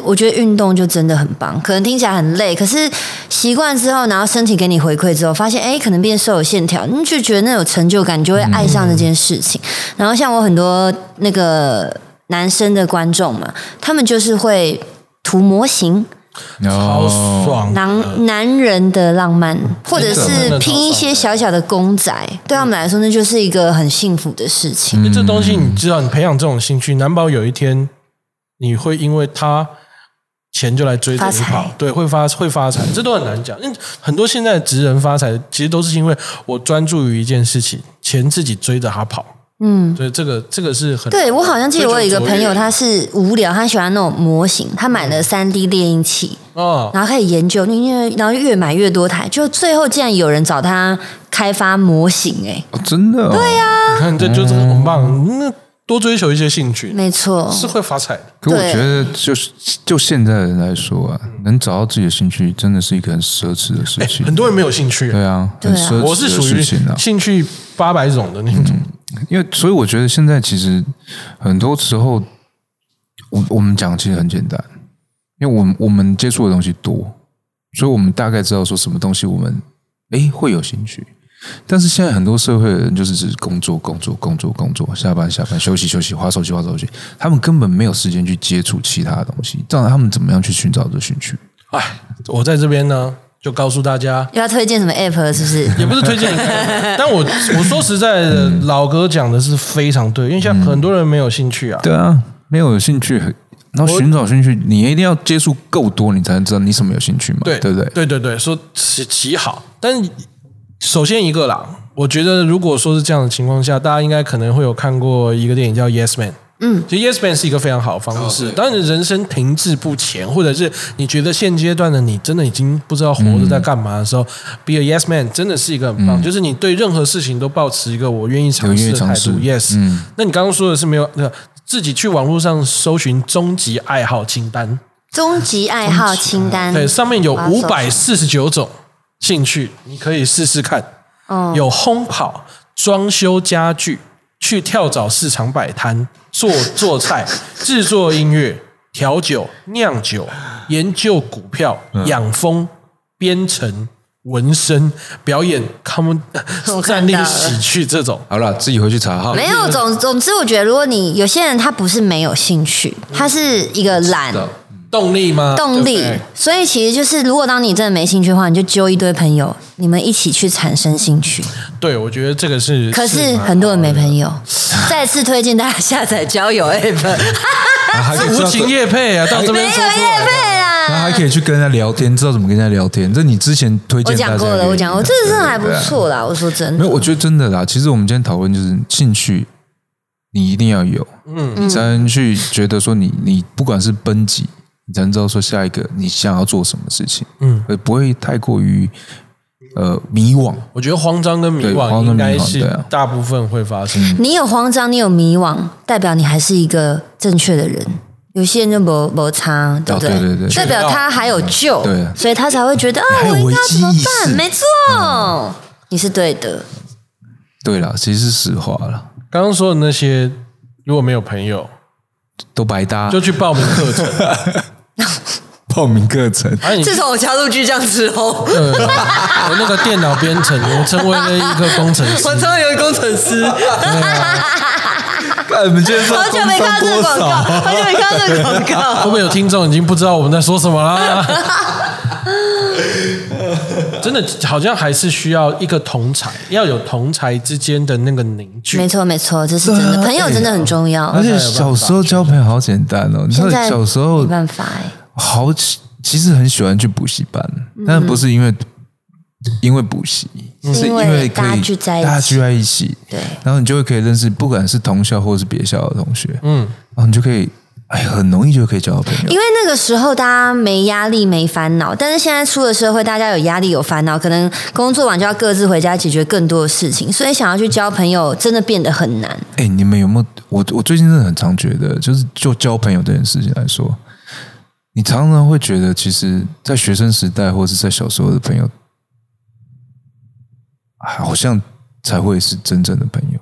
我觉得运动就真的很棒，可能听起来很累，可是习惯之后，然后身体给你回馈之后，发现哎，可能变瘦有线条，你就觉得那有成就感，你就会爱上这件事情。嗯、然后像我很多那个男生的观众嘛，他们就是会涂模型。 超爽！ 男男人的浪漫，或者是拼一些小小的公仔，对他们来说，那就是一个很幸福的事情。 因为这东西，你知道，你培养这种兴趣，难保有一天你会因为他钱就来追着你跑，对，会发会发财，这都很难讲。因为很多现在的职人发财，其实都是因为我专注于一件事情，钱自己追着他跑。嗯，所以这个这个是很对。我好像记得我有一个朋友，他是无聊，他喜欢那种模型，他买了三 D 列印器，哦，然后开始研究，因为然后越买越多台，就最后竟然有人找他开发模型、欸，哎、 哦，真的、哦， 对呀、啊， 你看这就是很棒，那多追求一些兴趣， 没错， 是会发财的。 可我觉得就是就现在的人来说啊，能找到自己的兴趣，真的是一个很奢侈的事情。 很多人没有兴趣、啊， 对啊，很奢侈的事情、啊。 我是属于兴趣八百种的那种。嗯， 因为所以我觉得现在其实很多时候，我我们讲其实很简单，因为我们我们接触的东西多，所以我们大概知道说什么东西我们诶会有兴趣。但是现在很多社会的人就是只工作工作工作工作，下班下班休息休息，滑手机滑手机，他们根本没有时间去接触其他的东西，这样他们怎么样去寻找这兴趣？ 哎，我在这边呢。就告诉大家， 要推荐什么 app 是不是？ 也不是推荐，但我我说实在的，嗯、老哥讲的是非常对，因为像很多人没有兴趣啊， 嗯、对啊，没有兴趣，然后寻找兴趣，你一定要接触够多，你才能知道你什么有兴趣嘛， 对对不对？ 对对对，说其好，但首先一个啦，我觉得如果说是这样的情况下，大家应该可能会有看过一个电影叫《Yes Man》。嗯，其实 Yes Man 是一个非常好的方式。当你人生停滞不前，或者是你觉得现阶段的你真的已经不知道活着在干嘛的时候、嗯、，Be a Yes Man 真的是一个很棒，嗯、就是你对任何事情都抱持一个我愿意尝试的态度。Yes，、嗯、那你刚刚说的是没有自己去网络上搜寻终极爱好清单， 终极爱好清单， 对，上面有五百四十九种兴趣，你可以试试看。哦、有烘烤、装修家具。去跳蚤市场摆摊，做做菜，制作音乐，调酒、酿酒，研究股票，养蜂，编程，纹身，表演，他们站立喜剧这种。 好了，自己回去查哈。 没有，总总之，我觉得如果你有些人他不是没有兴趣，他是一个懒。 动力吗？ 动力，所以其实就是，如果当你真的没兴趣的话，你就揪一堆朋友，你们一起去产生兴趣。 对，我觉得这个是。 可是很多人没朋友，再次推荐大家下载交友 app。 是无情业配啊，到这边没有业配啊， 然后还可以去跟人家聊天，知道怎么跟人家聊天。这你之前推荐我讲过了，我讲过，这真的还不错啦。我说真的， 没有，我觉得真的啦。其实我们今天讨论就是兴趣，你一定要有，嗯，你才能去觉得说你你不管是奔几。你才能知道说下一个你想要做什么事情，嗯，而不会太过于呃迷惘。 我觉得慌张跟迷惘应该是大部分会发生。 你有慌张，你有迷惘，代表你还是一个正确的人。有些人就没没差，对不对？ 哦、对对对， 代表他还有救， 对， 所以他才会觉得啊，我应该怎么办？没错，嗯、你是对的。 对啦，其实是实话啦。 刚刚说的那些，如果没有朋友， 都白搭， 就去报名课程。 报名课程。 自从我加入巨匠之后， 我那个电脑编程，我成为了一个工程师。 我成为一个工程师。 看你们今天好久没看到这个广告，好久没看到这个广告。 会不会有听众已经不知道我们在说什么啦？这真的好像还是需要一个同才，要有同才之间的那个凝聚。 没错没错，这是真的，朋友真的很重要。 而且小时候交朋友好简单哦，你知道小时候没办法哎， 好其实很喜欢去补习班，嗯、但不是因为因为补习， 嗯、 是因为可以大家聚在一起， 大家聚在一起， 对， 然后你就会可以认识，不管是同校或是别校的同学，嗯，然后你就可以。哎，很容易就可以交到朋友。 因为那个时候大家没压力、没烦恼，但是现在出了社会，大家有压力、有烦恼，可能工作完就要各自回家解决更多的事情，所以想要去交朋友，真的变得很难。 哎，你们有没有？我我最近真的很常觉得，就是就交朋友这件事情来说，你常常会觉得，其实，在学生时代或者是在小时候的朋友，好像才会是真正的朋友。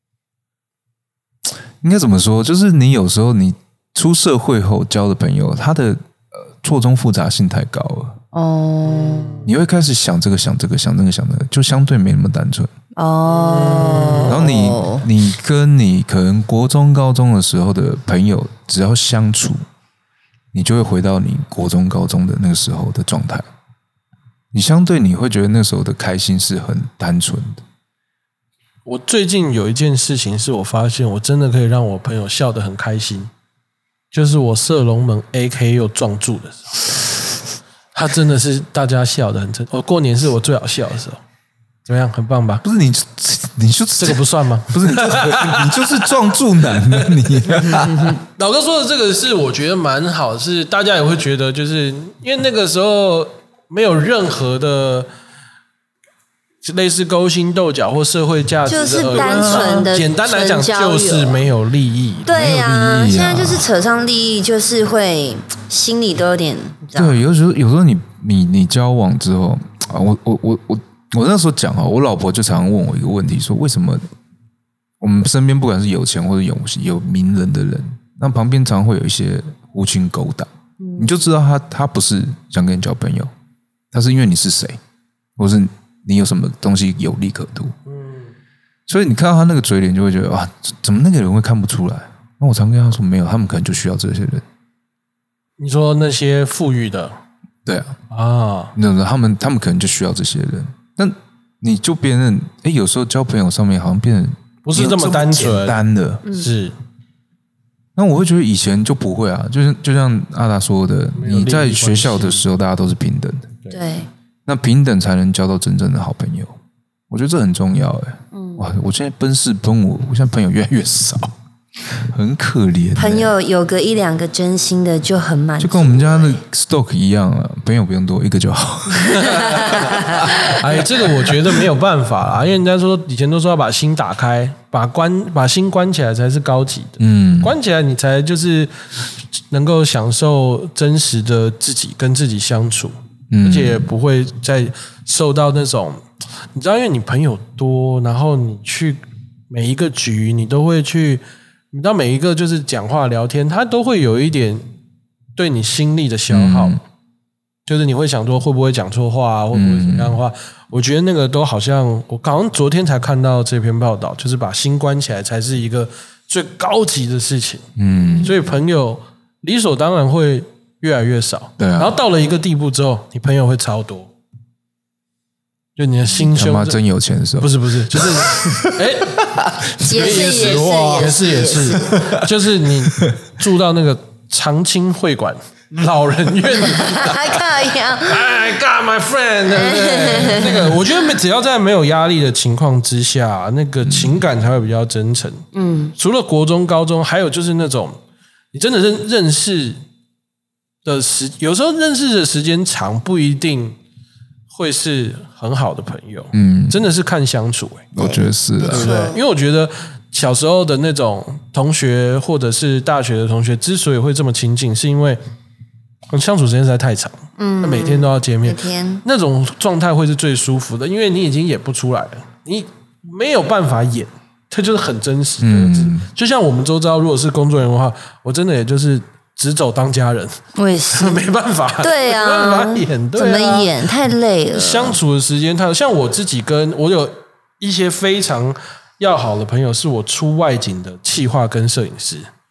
应该怎么说？就是你有时候你出社会后交的朋友，他的呃错综复杂性太高了哦，你会开始想这个想这个想那个想那个，就相对没那么单纯哦。然后你你跟你可能国中高中的时候的朋友，只要相处，你就会回到你国中高中的那个时候的状态。你相对你会觉得那时候的开心是很单纯的。 我最近有一件事情是我发现我真的可以让我朋友笑得很开心，就是我射龙门 A K 又撞柱的时候，他真的是大家笑得很真。我过年是我最好笑的时候，怎么样？很棒吧？ 不是你，你就这个不算吗？ 不是，你就你就是撞柱男的你。 老哥说的这个是我觉得蛮好，是大家也会觉得，就是因为那个时候没有任何的。类似勾心斗角或社会价值的， 就是单纯的， 简单来讲就是没有利益。 对呀、 啊啊， 现在就是扯上利益，就是会心里都有点。 对，有时候有时候你你你交往之后啊，我我我我我那时候讲啊，我老婆就常常问我一个问题，说为什么我们身边不管是有钱或者有有名人的人，那旁边常常会有一些狐群狗党，嗯、你就知道他他不是想跟你交朋友，他是因为你是谁，或是。你有什么东西有利可图？嗯，所以你看到他那个嘴脸，就会觉得啊，怎么那个人会看不出来？那我常跟他说，没有，他们可能就需要这些人。 你说那些富裕的， 对啊， 啊， 那他们他们可能就需要这些人。那你就辨认，哎，有时候交朋友上面好像变得不是这么单纯简单的， 嗯、 是。 那我会觉得以前就不会啊，就是就像阿达说的，你在学校的时候，大家都是平等的， 对。 那平等才能交到真正的好朋友，我觉得这很重要哎、欸。嗯，哇，我现在奔四奔五，我现在朋友越来越少，很可怜、欸。 朋友有个一两个真心的就很满足， 就跟我们家的 stock 一样啊，朋友不用多，一个就好。 哎，这个我觉得没有办法啦，因为人家说以前都说要把心打开，把关把心关起来才是高级的。嗯，关起来你才就是能够享受真实的自己，跟自己相处。而且也不会再受到那种，你知道，因为你朋友多，然后你去每一个局，你都会去，你知道每一个就是讲话聊天，他都会有一点对你心力的消耗，嗯、就是你会想说会不会讲错话、啊，会不会怎么样的话，嗯、我觉得那个都好像，我好像昨天才看到这篇报道，就是把心关起来才是一个最高级的事情。嗯，所以朋友理所当然会。越来越少， 对啊。 然后到了一个地步之后，你朋友会超多，就你的心胸。 他妈真有钱的时候， 不是不是，就是哎， 也是也是也是也是，就是你住到那个长青会馆老人院， 还可以啊。 哎 ，God my friend， 对不对？那个我觉得只要在没有压力的情况之下，那个情感才会比较真诚。嗯，除了国中、高中，还有就是那种你真的认认识。的时有时候认识的时间长不一定会是很好的朋友，嗯，真的是看相处、欸， 我觉得是啊， 对不对？因为我觉得小时候的那种同学或者是大学的同学，之所以会这么亲近，是因为相处时间实在太长，嗯，每天都要见面，那种状态会是最舒服的，因为你已经演不出来了，你没有办法演，它就是很真实的、嗯。就像我们周遭如果是工作人员的话，我真的也就是。只走当家人， 我也是没办法， 对啊， 没办法演，对啊、 怎么演太累了。 相处的时间太像我自己跟我有一些非常要好的朋友，是我出外景的企划跟摄影师。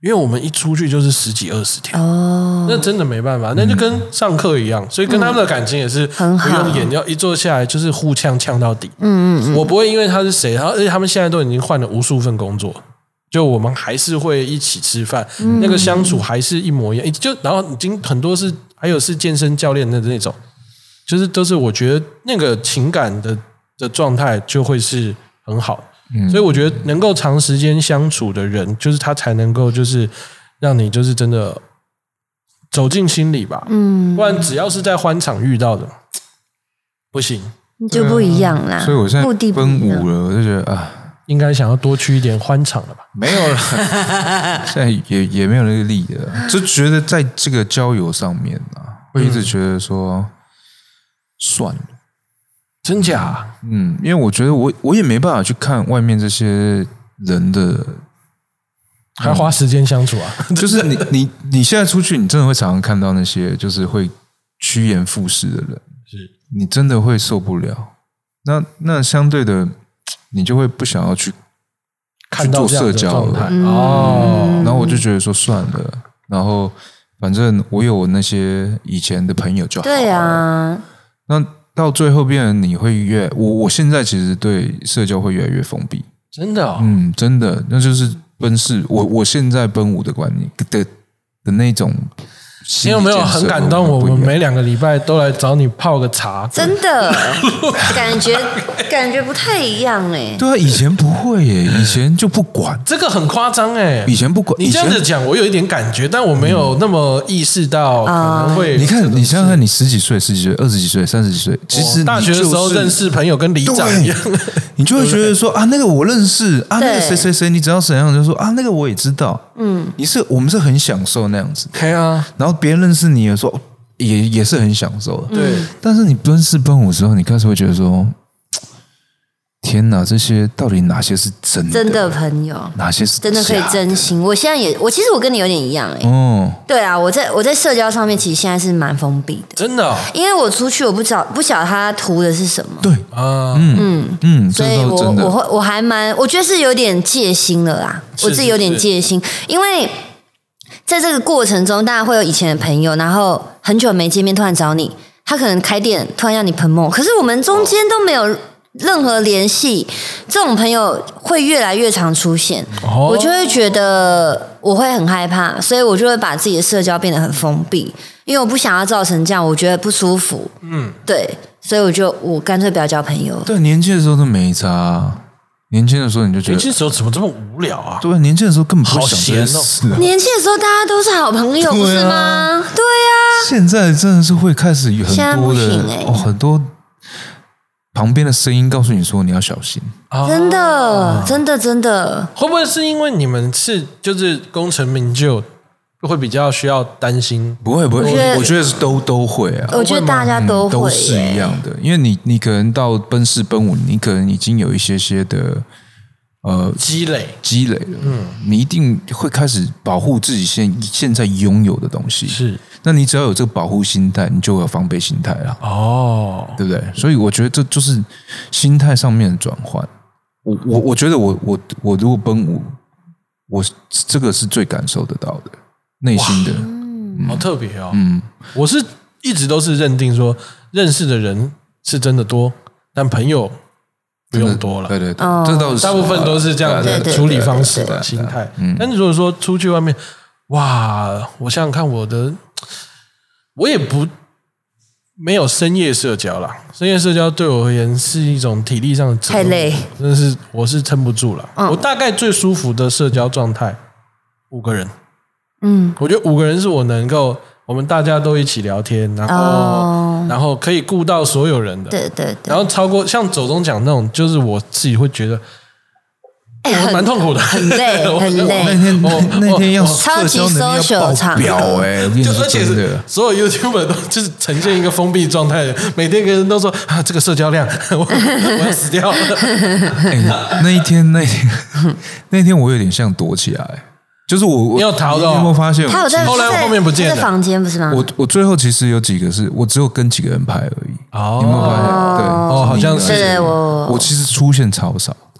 因为我们一出去就是十几二十天， 哦， 那真的没办法，那就跟上课一样，所以跟他们的感情也是很好不用演，要一坐下来就是互呛呛到底。嗯嗯嗯，我不会因为他是谁，然后而且他们现在都已经换了无数份工作，就我们还是会一起吃饭，嗯、那个相处还是一模一样。就然后已经很多是还有是健身教练的那种，就是都是我觉得那个情感的的状态就会是很好。嗯、所以我觉得能够长时间相处的人，就是他才能够就是让你就是真的走进心里吧。嗯，不然只要是在欢场遇到的，不行， 就不一样啦。 所以我现在奔五了，我就觉得啊， 应该想要多去一点欢场了吧？ 没有了，现在也也没有那个力了，就觉得在这个交友上面啊，会一直觉得说、嗯、算了。 真假？ 嗯，因为我觉得我我也没办法去看外面这些人的， 还要花时间相处啊。 就是你你你现在出去，你真的会常常看到那些就是会趋炎附势的人， 是你真的会受不了。那那相对的，你就会不想要去看到去做社交了、 嗯、哦。 然后我就觉得说算了，然后反正我有我那些以前的朋友就好了。 对啊， 那。到最后变成你会越我我现在其实对社交会越来越封闭， 真的、哦， 嗯，真的，那就是奔四，我我现在奔五的观念的的那种， 你有没有很感动？我们每两个礼拜都来找你泡个茶， 真的感觉感觉不太一样哎。 对啊，以前不会耶，以前就不管， 这个很夸张哎。 以前不管， 你这样子讲，我有一点感觉，但我没有那么意识到可能会。 你看，你想想看，你十几岁、十几岁、二十几岁、三十几岁，其实大学的时候认识朋友跟里长一样， 你就会觉得说啊，那个我认识啊，那个谁谁谁，你只要怎样就说啊，那个我也知道，嗯，你是我们是很享受那样子， 对啊， 然后别人认识你的时候也也是很享受的， 对。 但是你奔四奔五的时候，你开始会觉得说，天哪，这些到底哪些是真的？ 真的朋友， 哪些是真的可以真心？我现在也，我其实我跟你有点一样哎、欸。哦，对啊，我在我在社交上面其实现在是蛮封闭的， 真的、哦。 因为我出去，我不知道不晓得他图的是什么。 对啊，嗯嗯嗯， 所以我我会我还蛮，我觉得是有点戒心了啦，我自己有点戒心，因为在这个过程中，大家会有以前的朋友，然后很久没见面，突然找你，他可能开店，突然要你 promote， 可是我们中间都没有任何联系，这种朋友会越来越常出现，哦、我就会觉得我会很害怕，所以我就会把自己的社交变得很封闭，因为我不想要造成这样，我觉得不舒服。嗯，对，所以我就我干脆不要交朋友。 对，年轻的时候都没差、啊，年轻的时候你就觉得， 年轻的时候怎么这么无聊啊？ 对，年轻的时候根本不会想这件事、啊。 年轻的时候大家都是好朋友，不是吗？对啊。 现在真的是会开始有很多的、欸、哦，很多。旁边的声音告诉你说你要小心， 真的，真的，真的。 会不会是因为你们是就是功成名就，会比较需要担心？ 不会，不会，我觉得, 我觉得是都都会啊。 我觉得大家都会、欸嗯，都是一样的。因为你你可能到奔四奔五，你可能已经有一些些的呃积累积累了，嗯，你一定会开始保护自己现现在拥有的东西。 是。 那你只要有这个保护心态，你就有防备心态了，哦，对不对？所以我觉得这就是心态上面的转换。我我我觉得我我我如果奔五，我这个是最感受得到的，内心的， 嗯、好特别哦。嗯，我是一直都是认定说，认识的人是真的多，但朋友不用多了。 对对对，哦、这倒是大部分都是这样的处理方式的心态。嗯，但是如果说出去外面，哇，我想想看我的。我也不没有深夜社交啦，深夜社交对我而言是一种体力上的折磨， 太累， 真的是我是撑不住了。嗯、我大概最舒服的社交状态五个人，嗯，我觉得五个人是我能够我们大家都一起聊天，然后、哦、然后可以顾到所有人的， 对对对， 然后超过像走中讲那种，就是我自己会觉得。欸、我蛮痛苦的， 很累，很累。 那天那那天要超级 social 场表哎，就而且是所有 YouTuber 都就是呈现一个封闭状态，每天跟人都说啊，这个社交量，我, 我要死掉了。 欸、那一天那天那天我有点像躲起来，就是我你有逃的、哦， 你有没有发现？ 他有在后来我后面不见了， 在房间不是吗？ 我我最后其实有几个是我只有跟几个人拍而已。哦，你有没有发现？对， 哦，好像是。 对我我其实出现超少。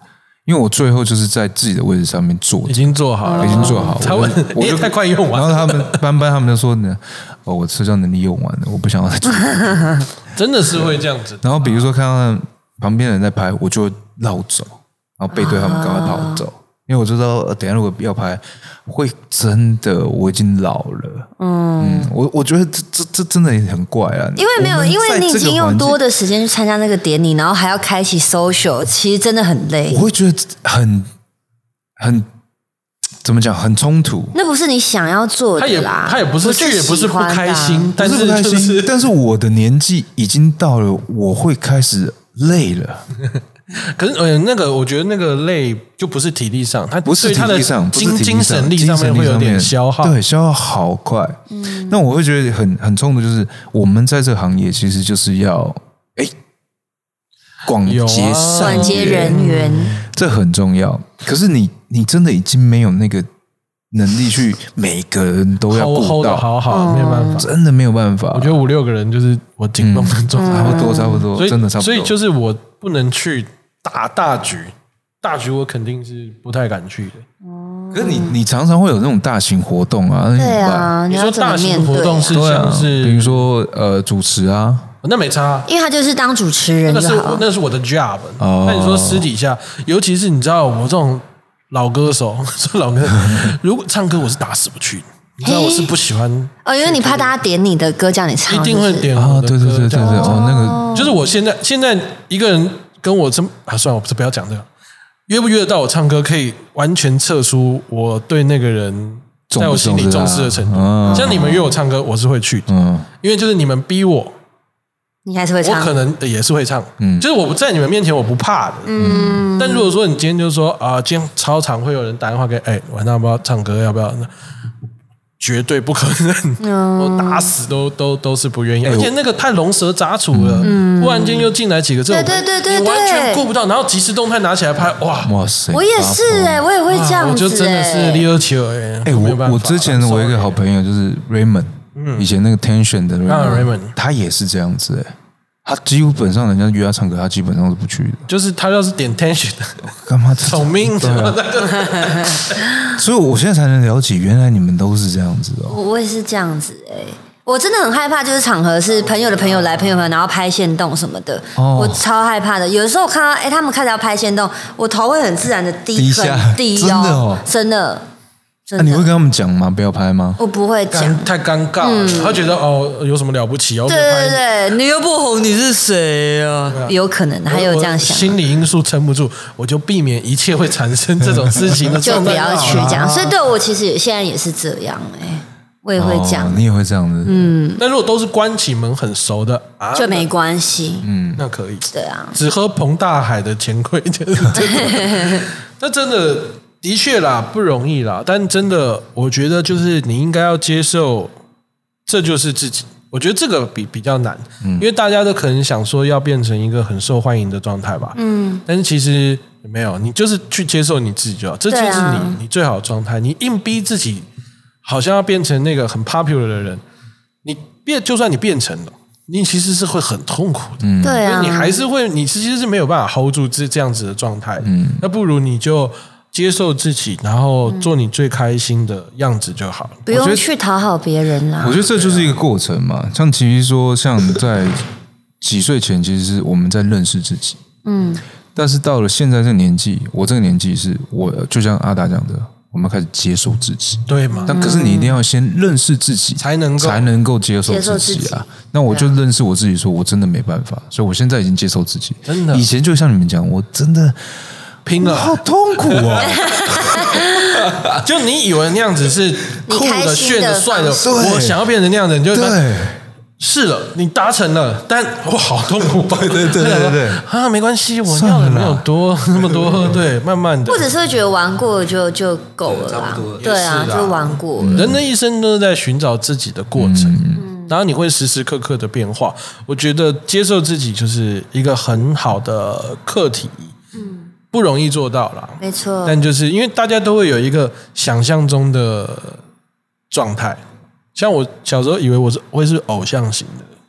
因为我最后就是在自己的位置上面坐着， 已经做好了， 已经做好了， 他问你也太快用完， 然后他们班班他们就说呢，哦，我社交能力用完了，我不想要再做， 真的是会这样子。 然后比如说看到旁边的人在拍，我就会绕走，然后背对他们赶快跑走。因为我知道，呃等一下如果要拍，会真的我已经老了。嗯，嗯我我觉得这这这真的很怪啊。 因为没有，因为你已经用多的时间去参加那个典礼，然后还要开启 social， 其实真的很累。 我会觉得很很怎么讲，很冲突。 那不是你想要做的啦， 他也他也不是去，也不是不开心，但是不开心。但是我的年纪已经到了，我会开始累了。 可是呃，那个我觉得那个累就不是体力上，它不是体力上， 精精神力上面会有点消耗， 对，消耗好快。嗯，那我会觉得很很冲突，就是我们在这个行业其实就是要哎广结善广结人缘， 这很重要。可是你你真的已经没有那个能力去每个人都要顾到， 好好，没有办法， 真的没有办法。 我觉得五六个人就是我紧绷的状态， 差不多差不多，真的差不多。 所以就是我不能去打大局，大局我肯定是不太敢去的。 可是你你常常会有那种大型活动啊， 对啊， 你说大型活动是像是， 比如说呃主持啊， 那没差， 因为他就是当主持人就好， 那是我的 job。那你说私底下，尤其是你知道我这种老歌手，说老歌，如果唱歌我是打死不去的。你知道我是不喜欢哦，因为你怕大家点你的歌叫你唱， 一定会点我的歌。 对对对对对，哦，那个就是我现在现在一个人跟我这啊，算了，我不要讲这个。约不约得到我唱歌，可以完全测出我对那个人在我心里重视的程度。像你们约我唱歌，我是会去的，嗯，因为就是你们逼我， 你还是会唱， 我可能也是会唱，嗯，就是我不在你们面前我不怕的，嗯。但如果说你今天就是说啊，今天超常会有人打电话给，哎，晚上要不要唱歌？要不要？绝对不可能，嗯、我打死都都都是不愿意，而且那个太龙蛇杂处了，嗯、忽然间又进来几个这种， 对对对对， 你完全顾不到，然后即时动态拿起来拍，哇哇塞！ 我也是哎、欸，我也会这样子、欸， 我就真的是第二球哎， 哎，我我之前我有一个好朋友就是 Raymond，、嗯、以前那个 Tension 的 Raymond， 他也是这样子哎、欸。他基本上人家约他唱歌，他基本上是不去的。 就是他要是点 tension 的， 干嘛聪明？ 所以我现在才能了解，原来你们都是这样子哦。 我也是这样子哎、欸，我真的很害怕，就是场合是朋友的朋友来，朋友朋友然后拍限动什么的，哦、我超害怕的。有的时候我看到哎、欸，他们开始要拍限动，我头会很自然的低下低腰，真的哦， 真的。 那、啊、你会跟他们讲吗？不要拍吗？ 我不会讲， 太尴尬了。嗯、他觉得哦，有什么了不起？对对对，你又不红，你是谁啊？有可能还有这样想， 心理因素撑不住，我就避免一切会产生这种事情的， 就不要去讲。所以对我其实现在也是这样哎、欸，我也会讲、 哦，你也会这样子。 嗯， 那如果都是关起门很熟的，啊、 就没关系。 嗯，那可以。 对啊， 只喝彭大海的钱柜，就是真的。那真的。的确啦，不容易啦，但真的，我觉得就是你应该要接受，这就是自己。我觉得这个比比较难，嗯、因为大家都可能想说要变成一个很受欢迎的状态吧，嗯，但是其实没有，你就是去接受你自己就好，这就是你、啊、你最好的状态。你硬逼自己，好像要变成那个很 popular 的人，你变就算你变成了，你其实是会很痛苦的， 嗯，对啊， 你还是会，你其实是没有办法 hold 住这这样子的状态，嗯，那不如你就。接受自己，然后做你最开心的样子就好了， 不用去讨好别人啦。 我觉得这就是一个过程嘛。像其实说，像在几岁前，其实是我们在认识自己，嗯。但是到了现在这个年纪，我这个年纪是我就像阿达讲的，我们要开始接受自己， 对吗？ 但可是你一定要先认识自己， 才能够才能够接受自己啊。那我就认识我自己，说我真的没办法，所以我现在已经接受自己。 真的， 以前就像你们讲，我真的。 拼了， 好痛苦哦！ 就你以为那样子是酷的、炫的、帅的，我想要变成那样的，你就对， 是了，你达成了，但我好痛苦。 对对对对对啊，没关系，我要的没有多那么多，对，慢慢的， 或者是会觉得玩过就就够了啦，对啊，就玩过。 人的一生都是在寻找自己的过程。然后你会时时刻刻的变化，我觉得接受自己就是一个很好的课题。嗯。不容易做到啦， 没错。 但就是因为大家都会有一个想象中的状态，像我小时候以为我是会是偶像型的，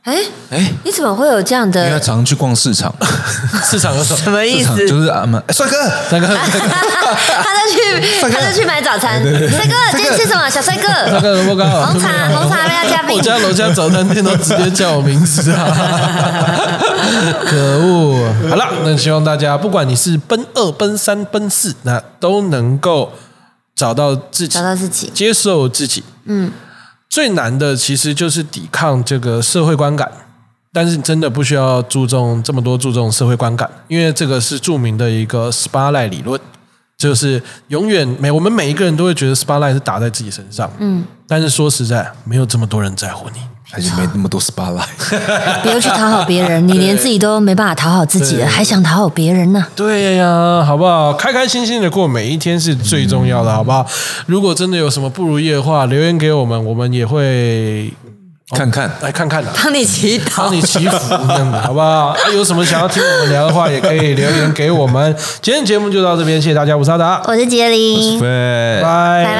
哎哎，你怎么会有这样的？ 因为他常去逛市场， 市场有什什么意思？ 就是阿妈，帅哥， 帅哥， 他在去，他在去买早餐。帅哥，今天吃什么？小帅哥， 帅哥萝卜糕， 红茶，红茶不要加冰。 我家楼下早餐店都直接叫我名字啊！可恶！好了，那希望大家不管你是奔二、奔三、奔四，那都能够找到自己， 找到自己， 接受自己。嗯。最难的其实就是抵抗这个社会观感，但是真的不需要注重这么多注重社会观感，因为这个是著名的一个 spotlight 理论，就是永远每我们每一个人都会觉得 spotlight 是打在自己身上，嗯，但是说实在，没有这么多人在乎你。 还是没那么多 spotlight， 不要去讨好别人，你连自己都没办法讨好自己了，还想讨好别人呢？ 对呀，好不好？开开心心的过每一天是最重要的，好不好？如果真的有什么不如意的话，留言给我们，我们也会看看， 来看看的， 帮你祈祷， 帮你祈福，这样子，好不好？啊，有什么想要听我们聊的话，也可以留言给我们。今天节目就到这边，谢谢大家，我是阿达， 我是杰林， 拜。 拜。